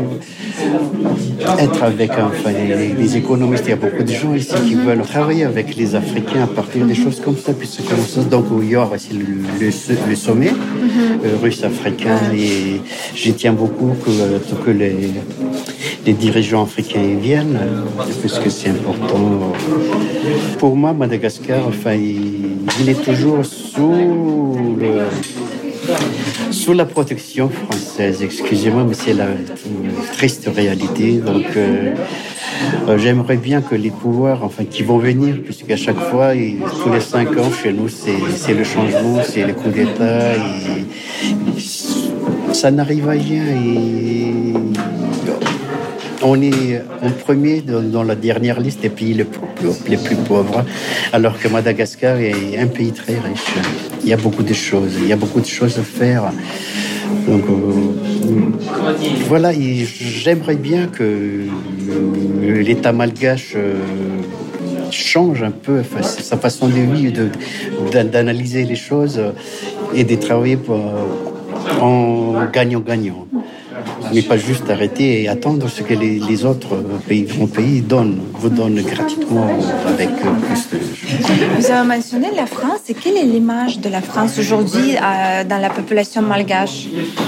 être avec enfin, les, les économistes. Il y a beaucoup de gens ici qui veulent travailler avec les Africains à partir des choses comme ça. Puis c'est comme ça. Donc il y aura aussi le, le, le sommet euh, russe-africain. Et j'y tiens beaucoup que, que les, les dirigeants africains viennent, puisque c'est important. Pour moi, Madagascar, enfin, il, il est toujours sous, le, sous la protection française. Excusez-moi, mais c'est la triste réalité. Donc, euh, Euh, j'aimerais bien que les pouvoirs, enfin, qui vont venir, puisqu'à chaque fois, et, tous les cinq ans, chez nous, c'est, c'est le changement, c'est le coup d'État, et, et ça n'arrive à rien. Et on est en premier dans, dans la dernière liste des pays les plus, les plus pauvres, alors que Madagascar est un pays très riche. Il y a beaucoup de choses, il y a beaucoup de choses à faire. Donc euh, voilà, et j'aimerais bien que l'État malgache euh, change un peu enfin, sa façon de vivre, de, d'analyser les choses et de travailler pour, en gagnant-gagnant. Mais pas juste arrêter et attendre ce que les, les autres pays, grands pays donnent, vous donnent gratuitement avec plus de... Vous avez mentionné la France. Et quelle est l'image de la France aujourd'hui euh, dans la population malgache?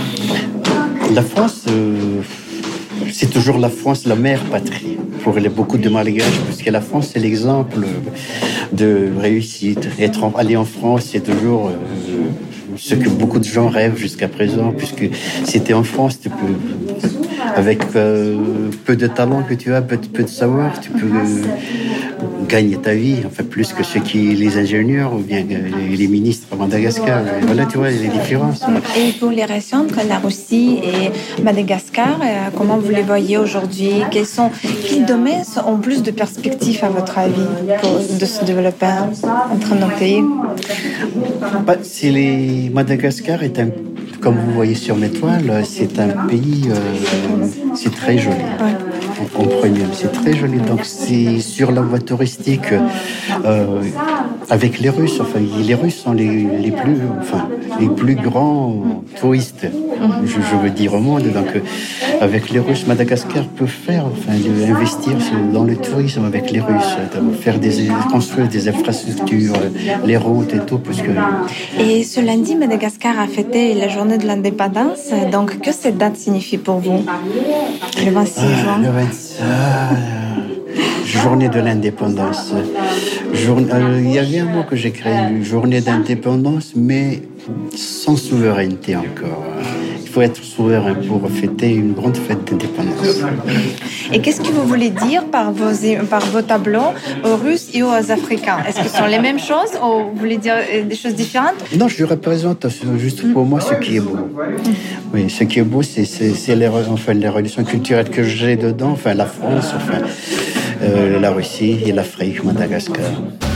La France, euh, c'est toujours la France, la mère patrie pour les, beaucoup de Malgaches, parce que la France, c'est l'exemple de réussite. Être en, aller en France, c'est toujours... Euh, ce que beaucoup de gens rêvent jusqu'à présent, puisque si tu es en France, tu peux, avec euh, peu de talent que tu as, peu, peu de savoir, tu peux euh, gagner ta vie, enfin plus que ceux qui, les ingénieurs ou bien euh, les ministres à Madagascar. Et voilà, tu vois, les différences. Et pour les relations entre la Russie et Madagascar, euh, comment vous les voyez aujourd'hui? Quels sont, quels domaines ont plus de perspectives, à votre avis, pour, de se développer entre nos pays? Bah, c'est les Madagascar est un, comme vous voyez sur mes toiles, c'est un pays, euh, c'est très joli. En, en premier, c'est très joli. Donc c'est sur la voie touristique euh, avec les Russes. Enfin, les Russes sont les, les plus, enfin, les plus grands touristes. Je, je veux dire au monde. Donc avec les Russes, Madagascar peut faire, enfin, investir dans le tourisme avec les Russes, faire des construire des infrastructures, les routes et tout, parce que. Et ce lundi, Madagascar a fêté la journée de l'indépendance. Donc, que cette date signifie pour vous? Le vingt-six juin. Ah, le vingt-six, ah, journée de l'indépendance. Jour, euh, il y avait un mot que j'ai créé, journée d'indépendance, mais sans souveraineté encore. Il faut être souverain pour fêter une grande fête d'indépendance. Et qu'est-ce que vous voulez dire par vos, par vos tableaux aux Russes et aux Africains? Est-ce que ce sont les mêmes choses ou vous voulez dire des choses différentes? Non, je représente juste pour moi ce qui est beau. Oui, ce qui est beau, c'est, c'est, c'est les, enfin, les relations culturelles que j'ai dedans, enfin la France, enfin euh, la Russie et l'Afrique, Madagascar.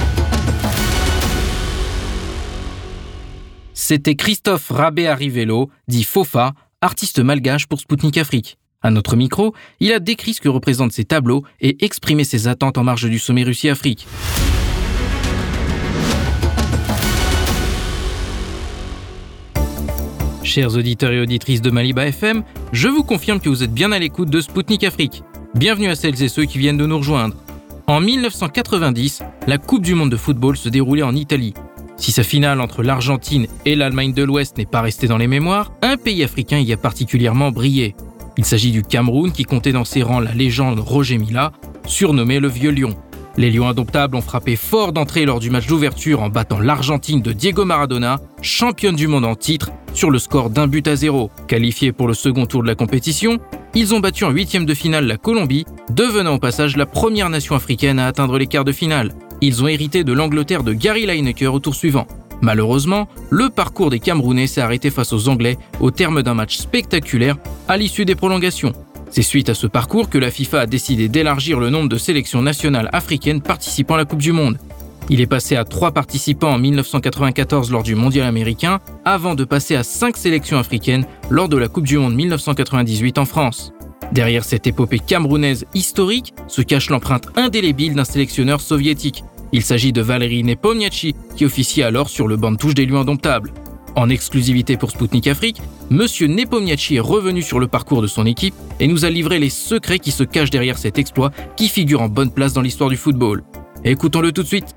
C'était Christophe Rabé-Arrivello, dit Fofa, artiste malgache pour Spoutnik Afrique. À notre micro, il a décrit ce que représentent ces tableaux et exprimé ses attentes en marge du sommet Russie-Afrique. Chers auditeurs et auditrices de Maliba F M, je vous confirme que vous êtes bien à l'écoute de Spoutnik Afrique. Bienvenue à celles et ceux qui viennent de nous rejoindre. En dix-neuf cent quatre-vingt-dix, la Coupe du monde de football se déroulait en Italie. Si sa finale entre l'Argentine et l'Allemagne de l'Ouest n'est pas restée dans les mémoires, un pays africain y a particulièrement brillé. Il s'agit du Cameroun qui comptait dans ses rangs la légende Roger Mila, surnommé le Vieux Lion. Les Lions indomptables ont frappé fort d'entrée lors du match d'ouverture en battant l'Argentine de Diego Maradona, championne du monde en titre, sur le score d'un but à zéro. Qualifiés pour le second tour de la compétition, ils ont battu en huitième de finale la Colombie, devenant au passage la première nation africaine à atteindre les quarts de finale. Ils ont hérité de l'Angleterre de Gary Lineker au tour suivant. Malheureusement, le parcours des Camerounais s'est arrêté face aux Anglais au terme d'un match spectaculaire à l'issue des prolongations. C'est suite à ce parcours que la FIFA a décidé d'élargir le nombre de sélections nationales africaines participant à la Coupe du Monde. Il est passé à trois participants en dix-neuf cent quatre-vingt-quatorze lors du Mondial américain, avant de passer à cinq sélections africaines lors de la Coupe du Monde dix-neuf cent quatre-vingt-dix-huit en France. Derrière cette épopée camerounaise historique se cache l'empreinte indélébile d'un sélectionneur soviétique. Il s'agit de Valeri Nepomniachtchi, qui officiait alors sur le banc de touche des Lions indomptables. En exclusivité pour Spoutnik Afrique, Monsieur Nepomniachtchi est revenu sur le parcours de son équipe et nous a livré les secrets qui se cachent derrière cet exploit qui figure en bonne place dans l'histoire du football. Écoutons-le tout de suite.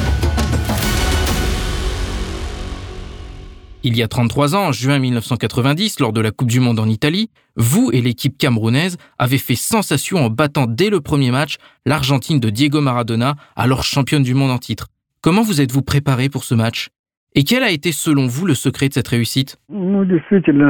Il y a trente-trois ans, en juin dix-neuf cent quatre-vingt-dix, lors de la Coupe du Monde en Italie, vous et l'équipe camerounaise avez fait sensation en battant dès le premier match l'Argentine de Diego Maradona, alors championne du monde en titre. Comment vous êtes-vous préparé pour ce match ? Et quel a été selon vous le secret de cette réussite ?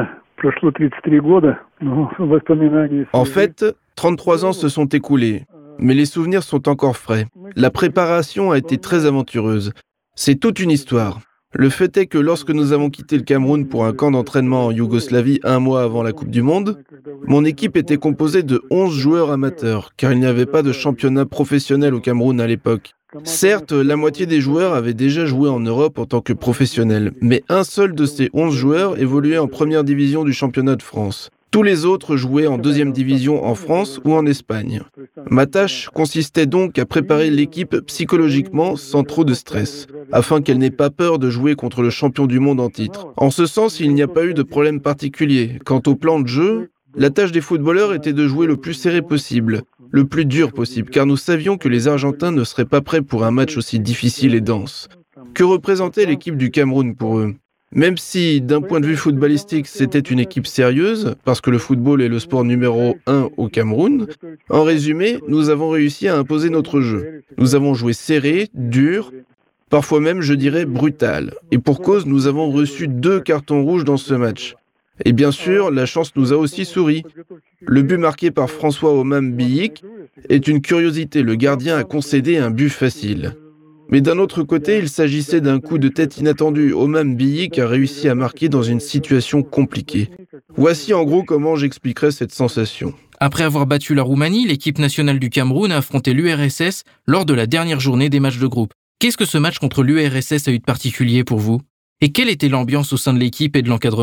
En fait, trente-trois ans se sont écoulés. mais les souvenirs sont encore frais. La préparation a été très aventureuse. C'est toute une histoire. Le fait est que lorsque nous avons quitté le Cameroun pour un camp d'entraînement en Yougoslavie un mois avant la Coupe du Monde, mon équipe était composée de onze joueurs amateurs, car il n'y avait pas de championnat professionnel au Cameroun à l'époque. Certes, la moitié des joueurs avaient déjà joué en Europe en tant que professionnels, mais un seul de ces onze joueurs évoluait en première division du championnat de France. Tous les autres jouaient en deuxième division en France ou en Espagne. Ma tâche consistait donc à préparer l'équipe psychologiquement sans trop de stress, afin qu'elle n'ait pas peur de jouer contre le champion du monde en titre. En ce sens, il n'y a pas eu de problème particulier. Quant au plan de jeu, la tâche des footballeurs était de jouer le plus serré possible, le plus dur possible, car nous savions que les Argentins ne seraient pas prêts pour un match aussi difficile et dense. Que représentait l'équipe du Cameroun pour eux ? Même si, d'un point de vue footballistique, c'était une équipe sérieuse, parce que le football est le sport numéro un au Cameroun, en résumé, nous avons réussi à imposer notre jeu. Nous avons joué serré, dur, parfois même, je dirais, brutal. Et pour cause, nous avons reçu deux cartons rouges dans ce match. Et bien sûr, la chance nous a aussi souri. Le but marqué par François Omam Biyik est une curiosité. Le gardien a concédé un but facile. Mais d'un autre côté, il s'agissait d'un coup de tête inattendu. Omam Biyik a réussi à marquer dans une situation compliquée. Voici en gros comment j'expliquerai cette sensation. Après avoir battu la Roumanie, l'équipe nationale du Cameroun a affronté l'U R S S lors de la dernière journée des matchs de groupe. Qu'est-ce que ce match contre l'U R S S a eu de particulier pour vous ? Et quelle était l'ambiance au sein de l'équipe et de l'encadrement ?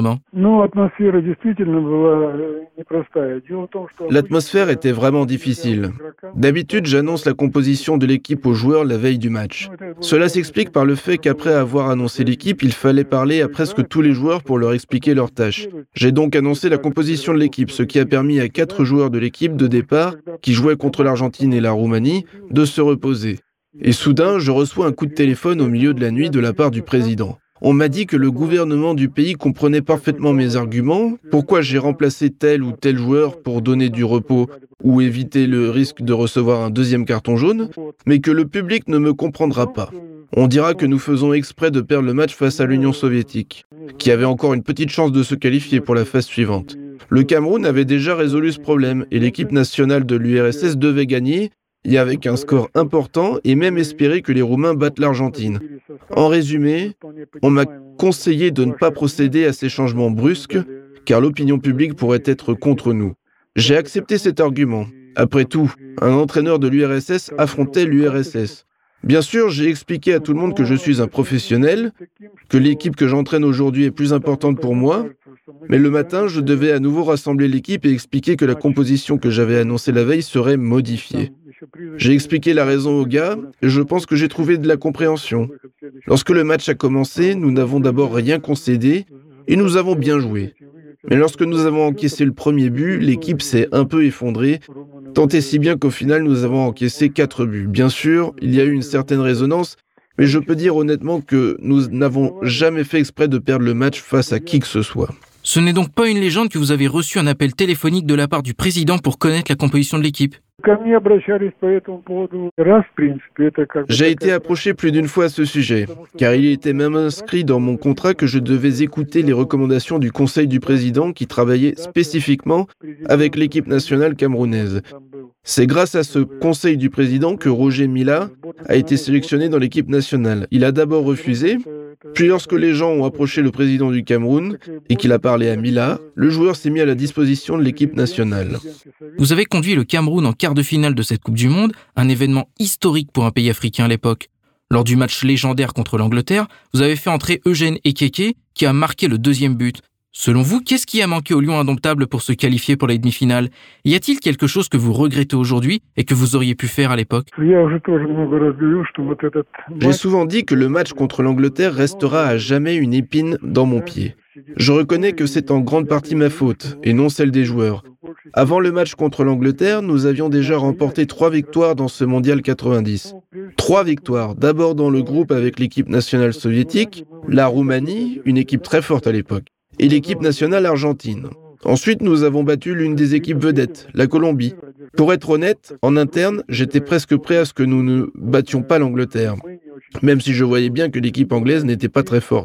L'atmosphère était vraiment difficile. D'habitude, j'annonce la composition de l'équipe aux joueurs la veille du match. Cela s'explique par le fait qu'après avoir annoncé l'équipe, il fallait parler à presque tous les joueurs pour leur expliquer leurs tâches. J'ai donc annoncé la composition de l'équipe, ce qui a permis à quatre joueurs de l'équipe de départ, qui jouaient contre l'Argentine et la Roumanie, de se reposer. Et soudain, je reçois un coup de téléphone au milieu de la nuit de la part du président. On m'a dit que le gouvernement du pays comprenait parfaitement mes arguments, pourquoi j'ai remplacé tel ou tel joueur pour donner du repos ou éviter le risque de recevoir un deuxième carton jaune, mais que le public ne me comprendra pas. On dira que nous faisons exprès de perdre le match face à l'Union soviétique, qui avait encore une petite chance de se qualifier pour la phase suivante. Le Cameroun avait déjà résolu ce problème et l'équipe nationale de l'U R S S devait gagner, et avec un score important, et même espérer que les Roumains battent l'Argentine. En résumé, on m'a conseillé de ne pas procéder à ces changements brusques, car l'opinion publique pourrait être contre nous. J'ai accepté cet argument. Après tout, un entraîneur de l'U R S S affrontait l'U R S S. Bien sûr, j'ai expliqué à tout le monde que je suis un professionnel, que l'équipe que j'entraîne aujourd'hui est plus importante pour moi, mais le matin, je devais à nouveau rassembler l'équipe et expliquer que la composition que j'avais annoncée la veille serait modifiée. J'ai expliqué la raison aux gars et je pense que j'ai trouvé de la compréhension. Lorsque le match a commencé, nous n'avons d'abord rien concédé et nous avons bien joué. Mais lorsque nous avons encaissé le premier but, l'équipe s'est un peu effondrée, tant et si bien qu'au final, nous avons encaissé quatre buts. Bien sûr, il y a eu une certaine résonance, mais je peux dire honnêtement que nous n'avons jamais fait exprès de perdre le match face à qui que ce soit. Ce n'est donc pas une légende que vous avez reçu un appel téléphonique de la part du président pour connaître la composition de l'équipe ? J'ai été approché plus d'une fois à ce sujet, car il était même inscrit dans mon contrat que je devais écouter les recommandations du Conseil du Président qui travaillait spécifiquement avec l'équipe nationale camerounaise. C'est grâce à ce Conseil du Président que Roger Milla a été sélectionné dans l'équipe nationale. Il a d'abord refusé, puis lorsque les gens ont approché le président du Cameroun et qu'il a parlé à Milla, le joueur s'est mis à la disposition de l'équipe nationale. Vous avez conduit le Cameroun en quart de finale de cette Coupe du Monde, un événement historique pour un pays africain à l'époque. Lors du match légendaire contre l'Angleterre, vous avez fait entrer Eugène Ekeke, qui a marqué le deuxième but. Selon vous, qu'est-ce qui a manqué aux Lions indomptables pour se qualifier pour la demi-finale ? Y a-t-il quelque chose que vous regrettez aujourd'hui et que vous auriez pu faire à l'époque ? J'ai souvent dit que le match contre l'Angleterre restera à jamais une épine dans mon pied. Je reconnais que c'est en grande partie ma faute, et non celle des joueurs. Avant le match contre l'Angleterre, nous avions déjà remporté trois victoires dans ce mondial quatre-vingt-dix. Trois victoires, d'abord dans le groupe avec l'équipe nationale soviétique, la Roumanie, une équipe très forte à l'époque, et l'équipe nationale argentine. Ensuite, nous avons battu l'une des équipes vedettes, la Colombie. Pour être honnête, en interne, j'étais presque prêt à ce que nous ne battions pas l'Angleterre, même si je voyais bien que l'équipe anglaise n'était pas très forte.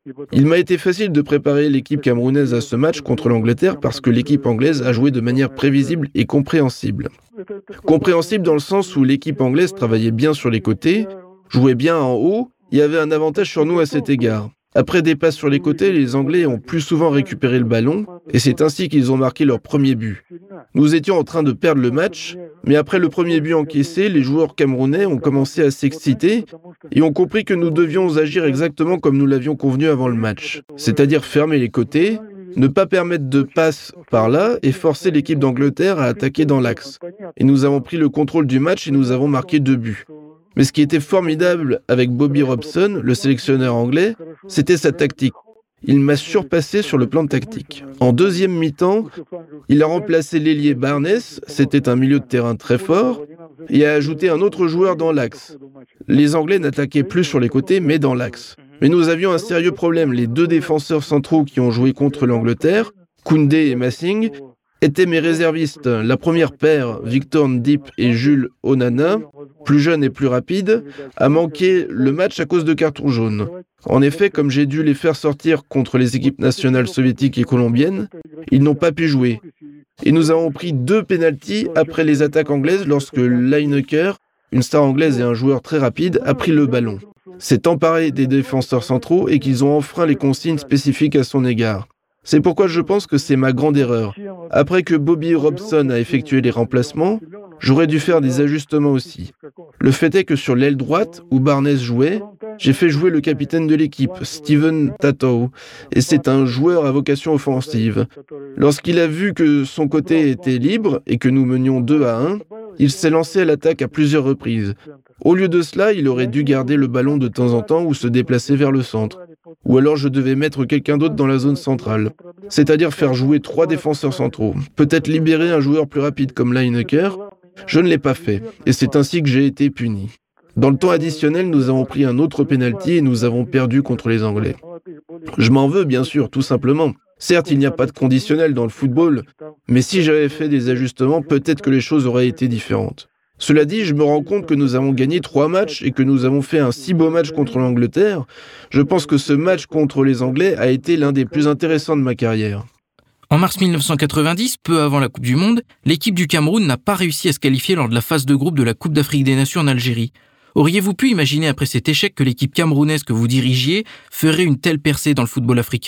Il m'a été facile de préparer l'équipe camerounaise à ce match contre l'Angleterre parce que l'équipe anglaise a joué de manière prévisible et compréhensible. Compréhensible dans le sens où l'équipe anglaise travaillait bien sur les côtés, jouait bien en haut, et avait un avantage sur nous à cet égard. Après des passes sur les côtés, les Anglais ont plus souvent récupéré le ballon, et c'est ainsi qu'ils ont marqué leur premier but. Nous étions en train de perdre le match, mais après le premier but encaissé, les joueurs camerounais ont commencé à s'exciter et ont compris que nous devions agir exactement comme nous l'avions convenu avant le match, c'est-à-dire fermer les côtés, ne pas permettre de passes par là et forcer l'équipe d'Angleterre à attaquer dans l'axe. Et nous avons pris le contrôle du match et nous avons marqué deux buts. Mais ce qui était formidable avec Bobby Robson, le sélectionneur anglais, c'était sa tactique. Il m'a surpassé sur le plan tactique. En deuxième mi-temps, il a remplacé l'ailier Barnes, c'était un milieu de terrain très fort, et a ajouté un autre joueur dans l'axe. Les Anglais n'attaquaient plus sur les côtés, mais dans l'axe. Mais nous avions un sérieux problème. Les deux défenseurs centraux qui ont joué contre l'Angleterre, Koundé et Massing, étaient mes réservistes. La première paire, Victor Ndip et Jules Onana, plus jeune et plus rapide, a manqué le match à cause de cartons jaunes. En effet, comme j'ai dû les faire sortir contre les équipes nationales soviétiques et colombiennes, ils n'ont pas pu jouer. Et nous avons pris deux pénaltys après les attaques anglaises lorsque Lineker, une star anglaise et un joueur très rapide, a pris le ballon. S'est emparé des défenseurs centraux et qu'ils ont enfreint les consignes spécifiques à son égard. C'est pourquoi je pense que c'est ma grande erreur. Après que Bobby Robson a effectué les remplacements, j'aurais dû faire des ajustements aussi. Le fait est que sur l'aile droite, où Barnes jouait, j'ai fait jouer le capitaine de l'équipe, Steven Tatow, et c'est un joueur à vocation offensive. Lorsqu'il a vu que son côté était libre et que nous menions deux à un, il s'est lancé à l'attaque à plusieurs reprises. Au lieu de cela, il aurait dû garder le ballon de temps en temps ou se déplacer vers le centre. Ou alors je devais mettre quelqu'un d'autre dans la zone centrale. C'est-à-dire faire jouer trois défenseurs centraux. Peut-être libérer un joueur plus rapide comme Lineker. Je ne l'ai pas fait, et c'est ainsi que j'ai été puni. Dans le temps additionnel, nous avons pris un autre pénalty et nous avons perdu contre les Anglais. Je m'en veux, bien sûr, tout simplement. Certes, il n'y a pas de conditionnel dans le football, mais si j'avais fait des ajustements, peut-être que les choses auraient été différentes. Cela dit, je me rends compte que nous avons gagné trois matchs et que nous avons fait un si beau match contre l'Angleterre. Je pense que ce match contre les Anglais a été l'un des plus intéressants de ma carrière. En mars mille neuf cent quatre-vingt-dix, peu avant la Coupe du Monde, l'équipe du Cameroun n'a pas réussi à se qualifier lors de la phase de groupe de la Coupe d'Afrique des Nations en Algérie. Auriez-vous pu imaginer après cet échec que l'équipe camerounaise que vous dirigiez ferait une telle percée dans le football africain ?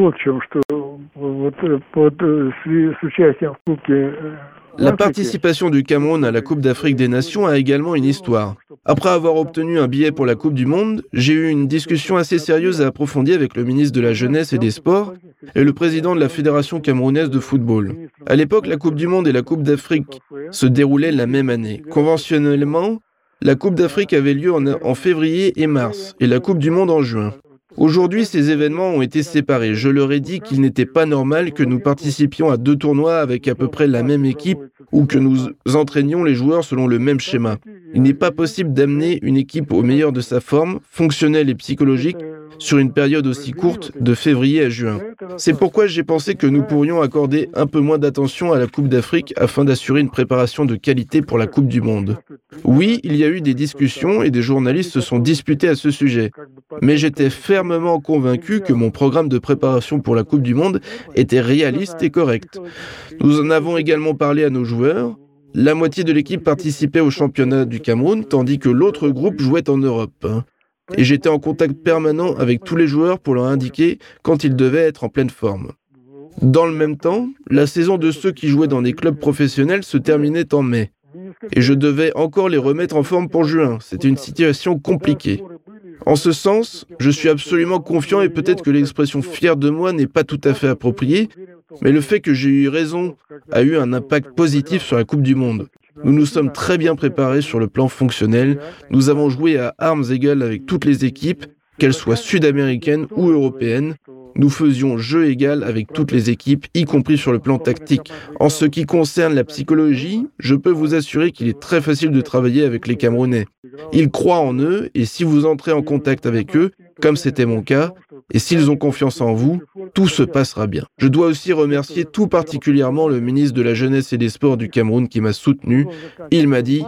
La participation du Cameroun à la Coupe d'Afrique des Nations a également une histoire. Après avoir obtenu un billet pour la Coupe du Monde, j'ai eu une discussion assez sérieuse et approfondie avec le ministre de la Jeunesse et des Sports et le président de la Fédération camerounaise de football. À l'époque, la Coupe du Monde et la Coupe d'Afrique se déroulaient la même année. Conventionnellement, la Coupe d'Afrique avait lieu en, en février et mars, et la Coupe du Monde en juin. Aujourd'hui, ces événements ont été séparés. Je leur ai dit qu'il n'était pas normal que nous participions à deux tournois avec à peu près la même équipe ou que nous entraînions les joueurs selon le même schéma. Il n'est pas possible d'amener une équipe au meilleur de sa forme, fonctionnelle et psychologique, sur une période aussi courte, de février à juin. C'est pourquoi j'ai pensé que nous pourrions accorder un peu moins d'attention à la Coupe d'Afrique afin d'assurer une préparation de qualité pour la Coupe du Monde. Oui, il y a eu des discussions et des journalistes se sont disputés à ce sujet. Mais j'étais fermement convaincu que mon programme de préparation pour la Coupe du Monde était réaliste et correct. Nous en avons également parlé à nos joueurs. La moitié de l'équipe participait au championnat du Cameroun, tandis que l'autre groupe jouait en Europe. Et j'étais en contact permanent avec tous les joueurs pour leur indiquer quand ils devaient être en pleine forme. Dans le même temps, la saison de ceux qui jouaient dans des clubs professionnels se terminait en mai. Et je devais encore les remettre en forme pour juin. C'était une situation compliquée. En ce sens, je suis absolument confiant et peut-être que l'expression « fier de moi » n'est pas tout à fait appropriée, mais le fait que j'ai eu raison a eu un impact positif sur la Coupe du Monde. Nous nous sommes très bien préparés sur le plan fonctionnel. Nous avons joué à armes égales avec toutes les équipes, qu'elles soient sud-américaines ou européennes. Nous faisions jeu égal avec toutes les équipes, y compris sur le plan tactique. En ce qui concerne la psychologie, je peux vous assurer qu'il est très facile de travailler avec les Camerounais. Ils croient en eux et si vous entrez en contact avec eux, comme c'était mon cas, et s'ils ont confiance en vous, tout se passera bien. Je dois aussi remercier tout particulièrement le ministre de la Jeunesse et des Sports du Cameroun qui m'a soutenu. Il m'a dit «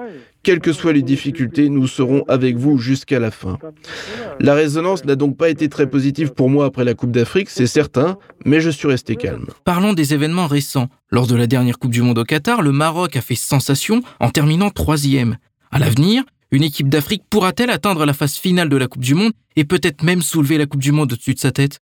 quelles que soient les difficultés, nous serons avec vous jusqu'à la fin. La résonance n'a donc pas été très positive pour moi après la Coupe d'Afrique, c'est certain, mais je suis resté calme. Parlons des événements récents. Lors de la dernière Coupe du Monde au Qatar, le Maroc a fait sensation en terminant troisième. À l'avenir, une équipe d'Afrique pourra-t-elle atteindre la phase finale de la Coupe du Monde et peut-être même soulever la Coupe du Monde au-dessus de sa tête?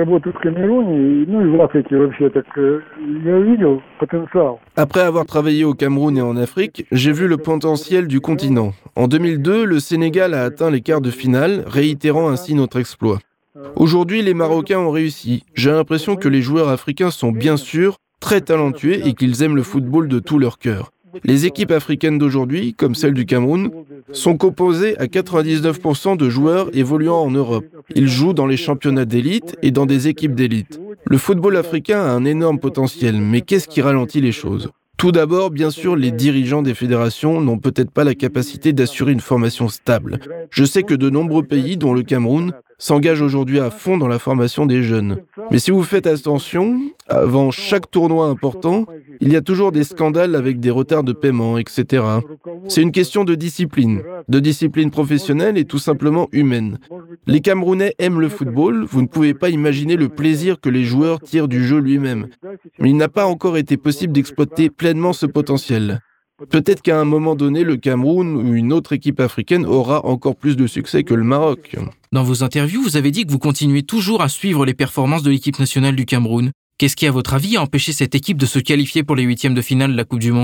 Après avoir travaillé au Cameroun et en Afrique, j'ai vu le potentiel du continent. En deux mille deux, le Sénégal a atteint les quarts de finale, réitérant ainsi notre exploit. Aujourd'hui, les Marocains ont réussi. J'ai l'impression que les joueurs africains sont bien sûr très talentueux et qu'ils aiment le football de tout leur cœur. Les équipes africaines d'aujourd'hui, comme celle du Cameroun, sont composées à quatre-vingt-dix-neuf pour cent de joueurs évoluant en Europe. Ils jouent dans les championnats d'élite et dans des équipes d'élite. Le football africain a un énorme potentiel, mais qu'est-ce qui ralentit les choses ? Tout d'abord, bien sûr, les dirigeants des fédérations n'ont peut-être pas la capacité d'assurer une formation stable. Je sais que de nombreux pays, dont le Cameroun, s'engagent aujourd'hui à fond dans la formation des jeunes. Mais si vous faites attention, avant chaque tournoi important, il y a toujours des scandales avec des retards de paiement, et cetera. C'est une question de discipline, de discipline professionnelle et tout simplement humaine. Les Camerounais aiment le football, vous ne pouvez pas imaginer le plaisir que les joueurs tirent du jeu lui-même. Mais il n'a pas encore été possible d'exploiter pleinement ce potentiel. Peut-être qu'à un moment donné, le Cameroun ou une autre équipe africaine aura encore plus de succès que le Maroc. Dans vos interviews, vous avez dit que vous continuez toujours à suivre les performances de l'équipe nationale du Cameroun. Qu'est-ce qui, à votre avis, a empêché cette équipe de se qualifier pour les huitièmes de finale de la Coupe du Monde ?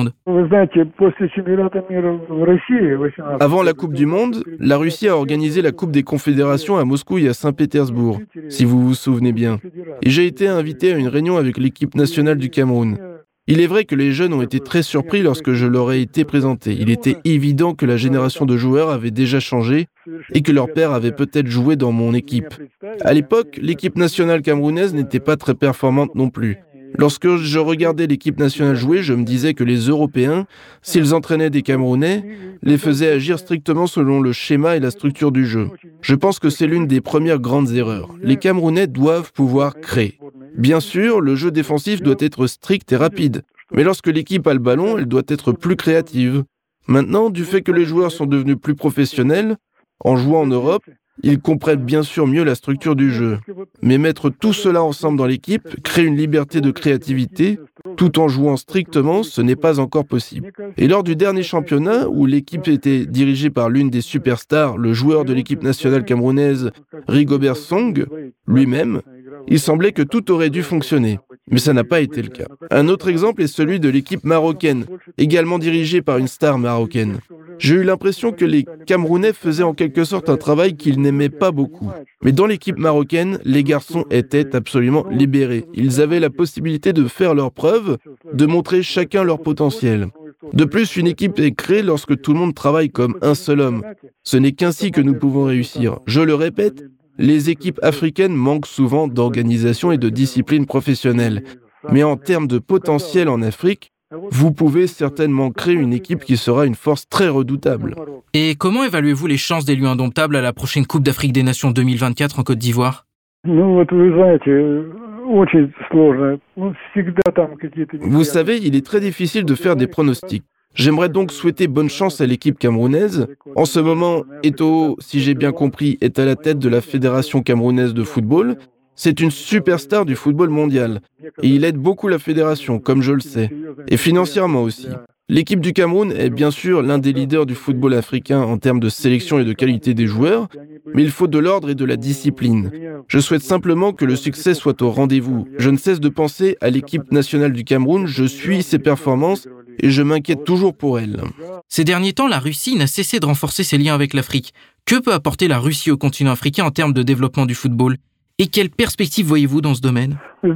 Avant la Coupe du Monde, la Russie a organisé la Coupe des Confédérations à Moscou et à Saint-Pétersbourg, si vous vous souvenez bien. Et j'ai été invité à une réunion avec l'équipe nationale du Cameroun. Il est vrai que les jeunes ont été très surpris lorsque je leur ai été présenté. Il était évident que la génération de joueurs avait déjà changé et que leur père avait peut-être joué dans mon équipe. À l'époque, l'équipe nationale camerounaise n'était pas très performante non plus. Lorsque je regardais l'équipe nationale jouer, je me disais que les Européens, s'ils entraînaient des Camerounais, les faisaient agir strictement selon le schéma et la structure du jeu. Je pense que c'est l'une des premières grandes erreurs. Les Camerounais doivent pouvoir créer. Bien sûr, le jeu défensif doit être strict et rapide. Mais lorsque l'équipe a le ballon, elle doit être plus créative. Maintenant, du fait que les joueurs sont devenus plus professionnels, en jouant en Europe, ils comprennent bien sûr mieux la structure du jeu. Mais mettre tout cela ensemble dans l'équipe crée une liberté de créativité, tout en jouant strictement, ce n'est pas encore possible. Et lors du dernier championnat, où l'équipe était dirigée par l'une des superstars, le joueur de l'équipe nationale camerounaise, Rigobert Song, lui-même, il semblait que tout aurait dû fonctionner. Mais ça n'a pas été le cas. Un autre exemple est celui de l'équipe marocaine, également dirigée par une star marocaine. J'ai eu l'impression que les Camerounais faisaient en quelque sorte un travail qu'ils n'aimaient pas beaucoup. Mais dans l'équipe marocaine, les garçons étaient absolument libérés. Ils avaient la possibilité de faire leurs preuves, de montrer chacun leur potentiel. De plus, une équipe est créée lorsque tout le monde travaille comme un seul homme. Ce n'est qu'ainsi que nous pouvons réussir. Je le répète, les équipes africaines manquent souvent d'organisation et de discipline professionnelle. Mais en termes de potentiel en Afrique, vous pouvez certainement créer une équipe qui sera une force très redoutable. Et comment évaluez-vous les chances d'élus indomptables à la prochaine Coupe d'Afrique des Nations deux mille vingt-quatre en Côte d'Ivoire ? Vous savez, il est très difficile de faire des pronostics. J'aimerais donc souhaiter bonne chance à l'équipe camerounaise. En ce moment, Eto'o, si j'ai bien compris, est à la tête de la Fédération camerounaise de football. C'est une superstar du football mondial. Et il aide beaucoup la fédération, comme je le sais. Et financièrement aussi. L'équipe du Cameroun est bien sûr l'un des leaders du football africain en termes de sélection et de qualité des joueurs, mais il faut de l'ordre et de la discipline. Je souhaite simplement que le succès soit au rendez-vous. Je ne cesse de penser à l'équipe nationale du Cameroun, je suis ses performances et je m'inquiète toujours pour elle. Ces derniers temps, la Russie n'a cessé de renforcer ses liens avec l'Afrique. Que peut apporter la Russie au continent africain en termes de développement du football ? Et quelles perspectives voyez-vous dans ce domaine ?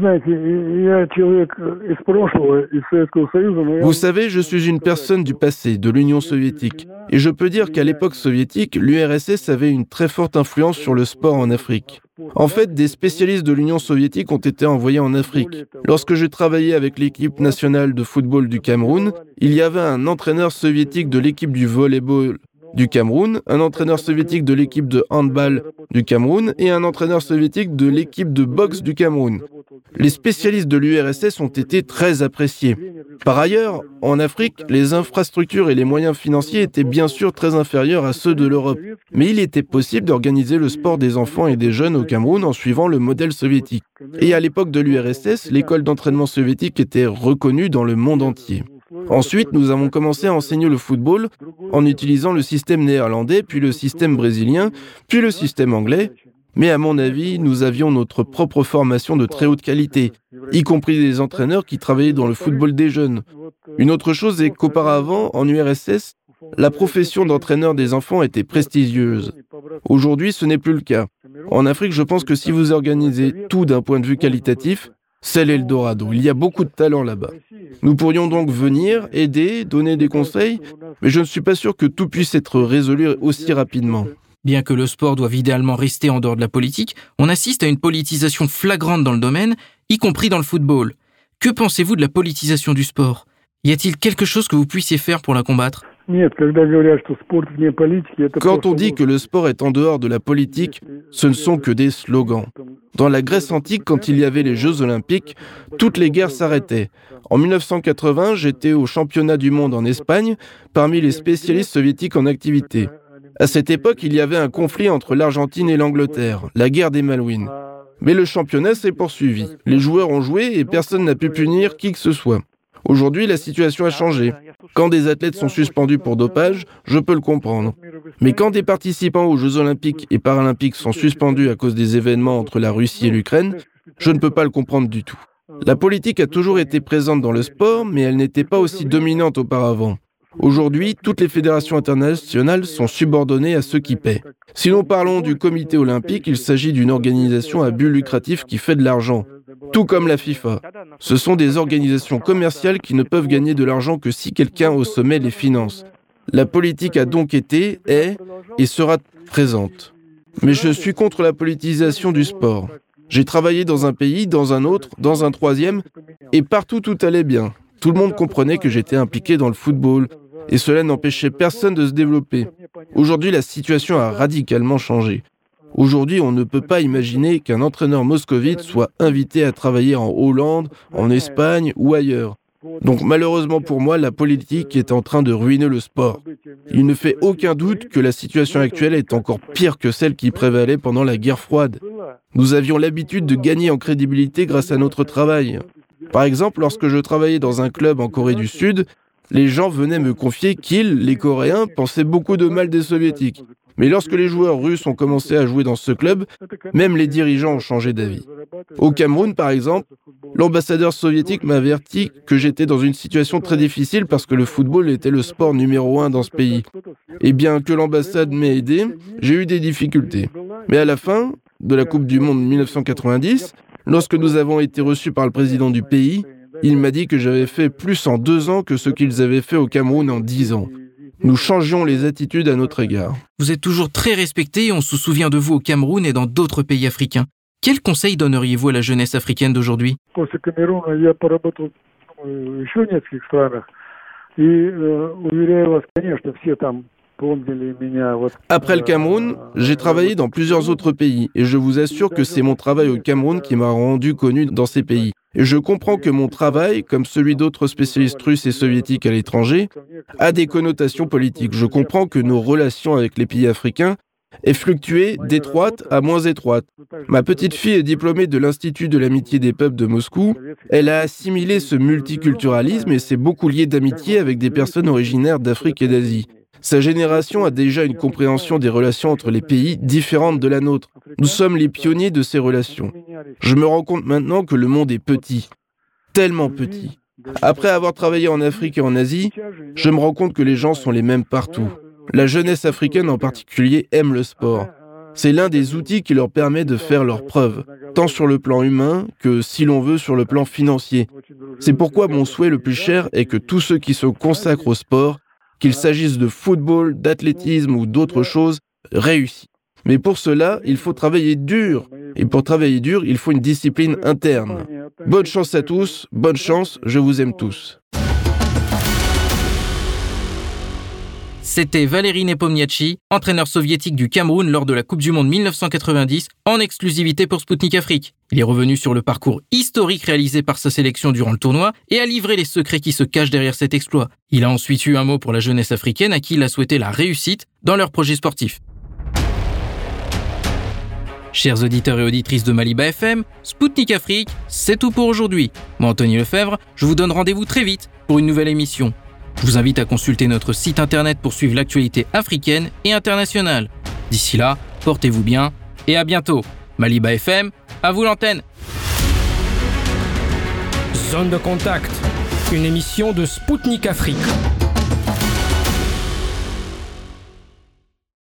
Vous savez, je suis une personne du passé, de l'Union soviétique. Et je peux dire qu'à l'époque soviétique, l'U R S S avait une très forte influence sur le sport en Afrique. En fait, des spécialistes de l'Union soviétique ont été envoyés en Afrique. Lorsque je travaillais avec l'équipe nationale de football du Cameroun, il y avait un entraîneur soviétique de l'équipe du volleyball du Cameroun, un entraîneur soviétique de l'équipe de handball du Cameroun et un entraîneur soviétique de l'équipe de boxe du Cameroun. Les spécialistes de l'U R S S ont été très appréciés. Par ailleurs, en Afrique, les infrastructures et les moyens financiers étaient bien sûr très inférieurs à ceux de l'Europe. Mais il était possible d'organiser le sport des enfants et des jeunes au Cameroun en suivant le modèle soviétique. Et à l'époque de l'U R S S, l'école d'entraînement soviétique était reconnue dans le monde entier. Ensuite, nous avons commencé à enseigner le football en utilisant le système néerlandais, puis le système brésilien, puis le système anglais. Mais à mon avis, nous avions notre propre formation de très haute qualité, y compris des entraîneurs qui travaillaient dans le football des jeunes. Une autre chose est qu'auparavant, en U R S S, la profession d'entraîneur des enfants était prestigieuse. Aujourd'hui, ce n'est plus le cas. En Afrique, je pense que si vous organisez tout d'un point de vue qualitatif, c'est l'Eldorado. Il y a beaucoup de talent là-bas. Nous pourrions donc venir, aider, donner des conseils, mais je ne suis pas sûr que tout puisse être résolu aussi rapidement. Bien que le sport doive idéalement rester en dehors de la politique, on assiste à une politisation flagrante dans le domaine, y compris dans le football. Que pensez-vous de la politisation du sport ? Y a-t-il quelque chose que vous puissiez faire pour la combattre ? Quand on dit que le sport est en dehors de la politique, ce ne sont que des slogans. Dans la Grèce antique, quand il y avait les Jeux Olympiques, toutes les guerres s'arrêtaient. En dix-neuf cent quatre-vingts, j'étais au championnat du monde en Espagne, parmi les spécialistes soviétiques en activité. À cette époque, il y avait un conflit entre l'Argentine et l'Angleterre, la guerre des Malouines. Mais le championnat s'est poursuivi. Les joueurs ont joué et personne n'a pu punir qui que ce soit. Aujourd'hui, la situation a changé. Quand des athlètes sont suspendus pour dopage, je peux le comprendre. Mais quand des participants aux Jeux Olympiques et Paralympiques sont suspendus à cause des événements entre la Russie et l'Ukraine, je ne peux pas le comprendre du tout. La politique a toujours été présente dans le sport, mais elle n'était pas aussi dominante auparavant. Aujourd'hui, toutes les fédérations internationales sont subordonnées à ceux qui paient. Si nous parlons du comité olympique, il s'agit d'une organisation à but lucratif qui fait de l'argent, tout comme la FIFA. Ce sont des organisations commerciales qui ne peuvent gagner de l'argent que si quelqu'un au sommet les finance. La politique a donc été, est et sera présente. Mais je suis contre la politisation du sport. J'ai travaillé dans un pays, dans un autre, dans un troisième, et partout tout allait bien. Tout le monde comprenait que j'étais impliqué dans le football, et cela n'empêchait personne de se développer. Aujourd'hui, la situation a radicalement changé. Aujourd'hui, on ne peut pas imaginer qu'un entraîneur moscovite soit invité à travailler en Hollande, en Espagne ou ailleurs. Donc malheureusement pour moi, la politique est en train de ruiner le sport. Il ne fait aucun doute que la situation actuelle est encore pire que celle qui prévalait pendant la guerre froide. Nous avions l'habitude de gagner en crédibilité grâce à notre travail. Par exemple, lorsque je travaillais dans un club en Corée du Sud, les gens venaient me confier qu'ils, les Coréens, pensaient beaucoup de mal des Soviétiques. Mais lorsque les joueurs russes ont commencé à jouer dans ce club, même les dirigeants ont changé d'avis. Au Cameroun, par exemple, l'ambassadeur soviétique m'a averti que j'étais dans une situation très difficile parce que le football était le sport numéro un dans ce pays. Et bien que l'ambassade m'ait aidé, j'ai eu des difficultés. Mais à la fin de la Coupe du Monde dix-neuf cent quatre-vingt-dix, lorsque nous avons été reçus par le président du pays, il m'a dit que j'avais fait plus en deux ans que ce qu'ils avaient fait au Cameroun en dix ans. Nous changions les attitudes à notre égard. Vous êtes toujours très respecté et on se souvient de vous au Cameroun et dans d'autres pays africains. Quels conseils donneriez-vous à la jeunesse africaine d'aujourd'hui ? Après le Cameroun, j'ai travaillé dans plusieurs autres pays et je vous assure que c'est mon travail au Cameroun qui m'a rendu connu dans ces pays. Et je comprends que mon travail, comme celui d'autres spécialistes russes et soviétiques à l'étranger, a des connotations politiques. Je comprends que nos relations avec les pays africains aient fluctué d'étroite à moins étroite. Ma petite fille est diplômée de l'Institut de l'amitié des peuples de Moscou. Elle a assimilé ce multiculturalisme et s'est beaucoup liée d'amitié avec des personnes originaires d'Afrique et d'Asie. Sa génération a déjà une compréhension des relations entre les pays différente de la nôtre. Nous sommes les pionniers de ces relations. Je me rends compte maintenant que le monde est petit, tellement petit. Après avoir travaillé en Afrique et en Asie, je me rends compte que les gens sont les mêmes partout. La jeunesse africaine en particulier aime le sport. C'est l'un des outils qui leur permet de faire leurs preuves, tant sur le plan humain que, si l'on veut, sur le plan financier. C'est pourquoi mon souhait le plus cher est que tous ceux qui se consacrent au sport, qu'il s'agisse de football, d'athlétisme ou d'autres choses, réussissent. Mais pour cela, il faut travailler dur. Et pour travailler dur, il faut une discipline interne. Bonne chance à tous, bonne chance, je vous aime tous. C'était Valeri Nepomniachtchi, entraîneur soviétique du Cameroun lors de la Coupe du Monde dix-neuf cent quatre-vingt-dix, en exclusivité pour Spoutnik Afrique. Il est revenu sur le parcours historique réalisé par sa sélection durant le tournoi et a livré les secrets qui se cachent derrière cet exploit. Il a ensuite eu un mot pour la jeunesse africaine à qui il a souhaité la réussite dans leurs projets sportifs. Chers auditeurs et auditrices de Maliba F M, Spoutnik Afrique, c'est tout pour aujourd'hui. Moi, Anthony Lefebvre, je vous donne rendez-vous très vite pour une nouvelle émission. Je vous invite à consulter notre site internet pour suivre l'actualité africaine et internationale. D'ici là, portez-vous bien et à bientôt. Maliba F M, à vous l'antenne. Zone de contact, une émission de Spoutnik Afrique.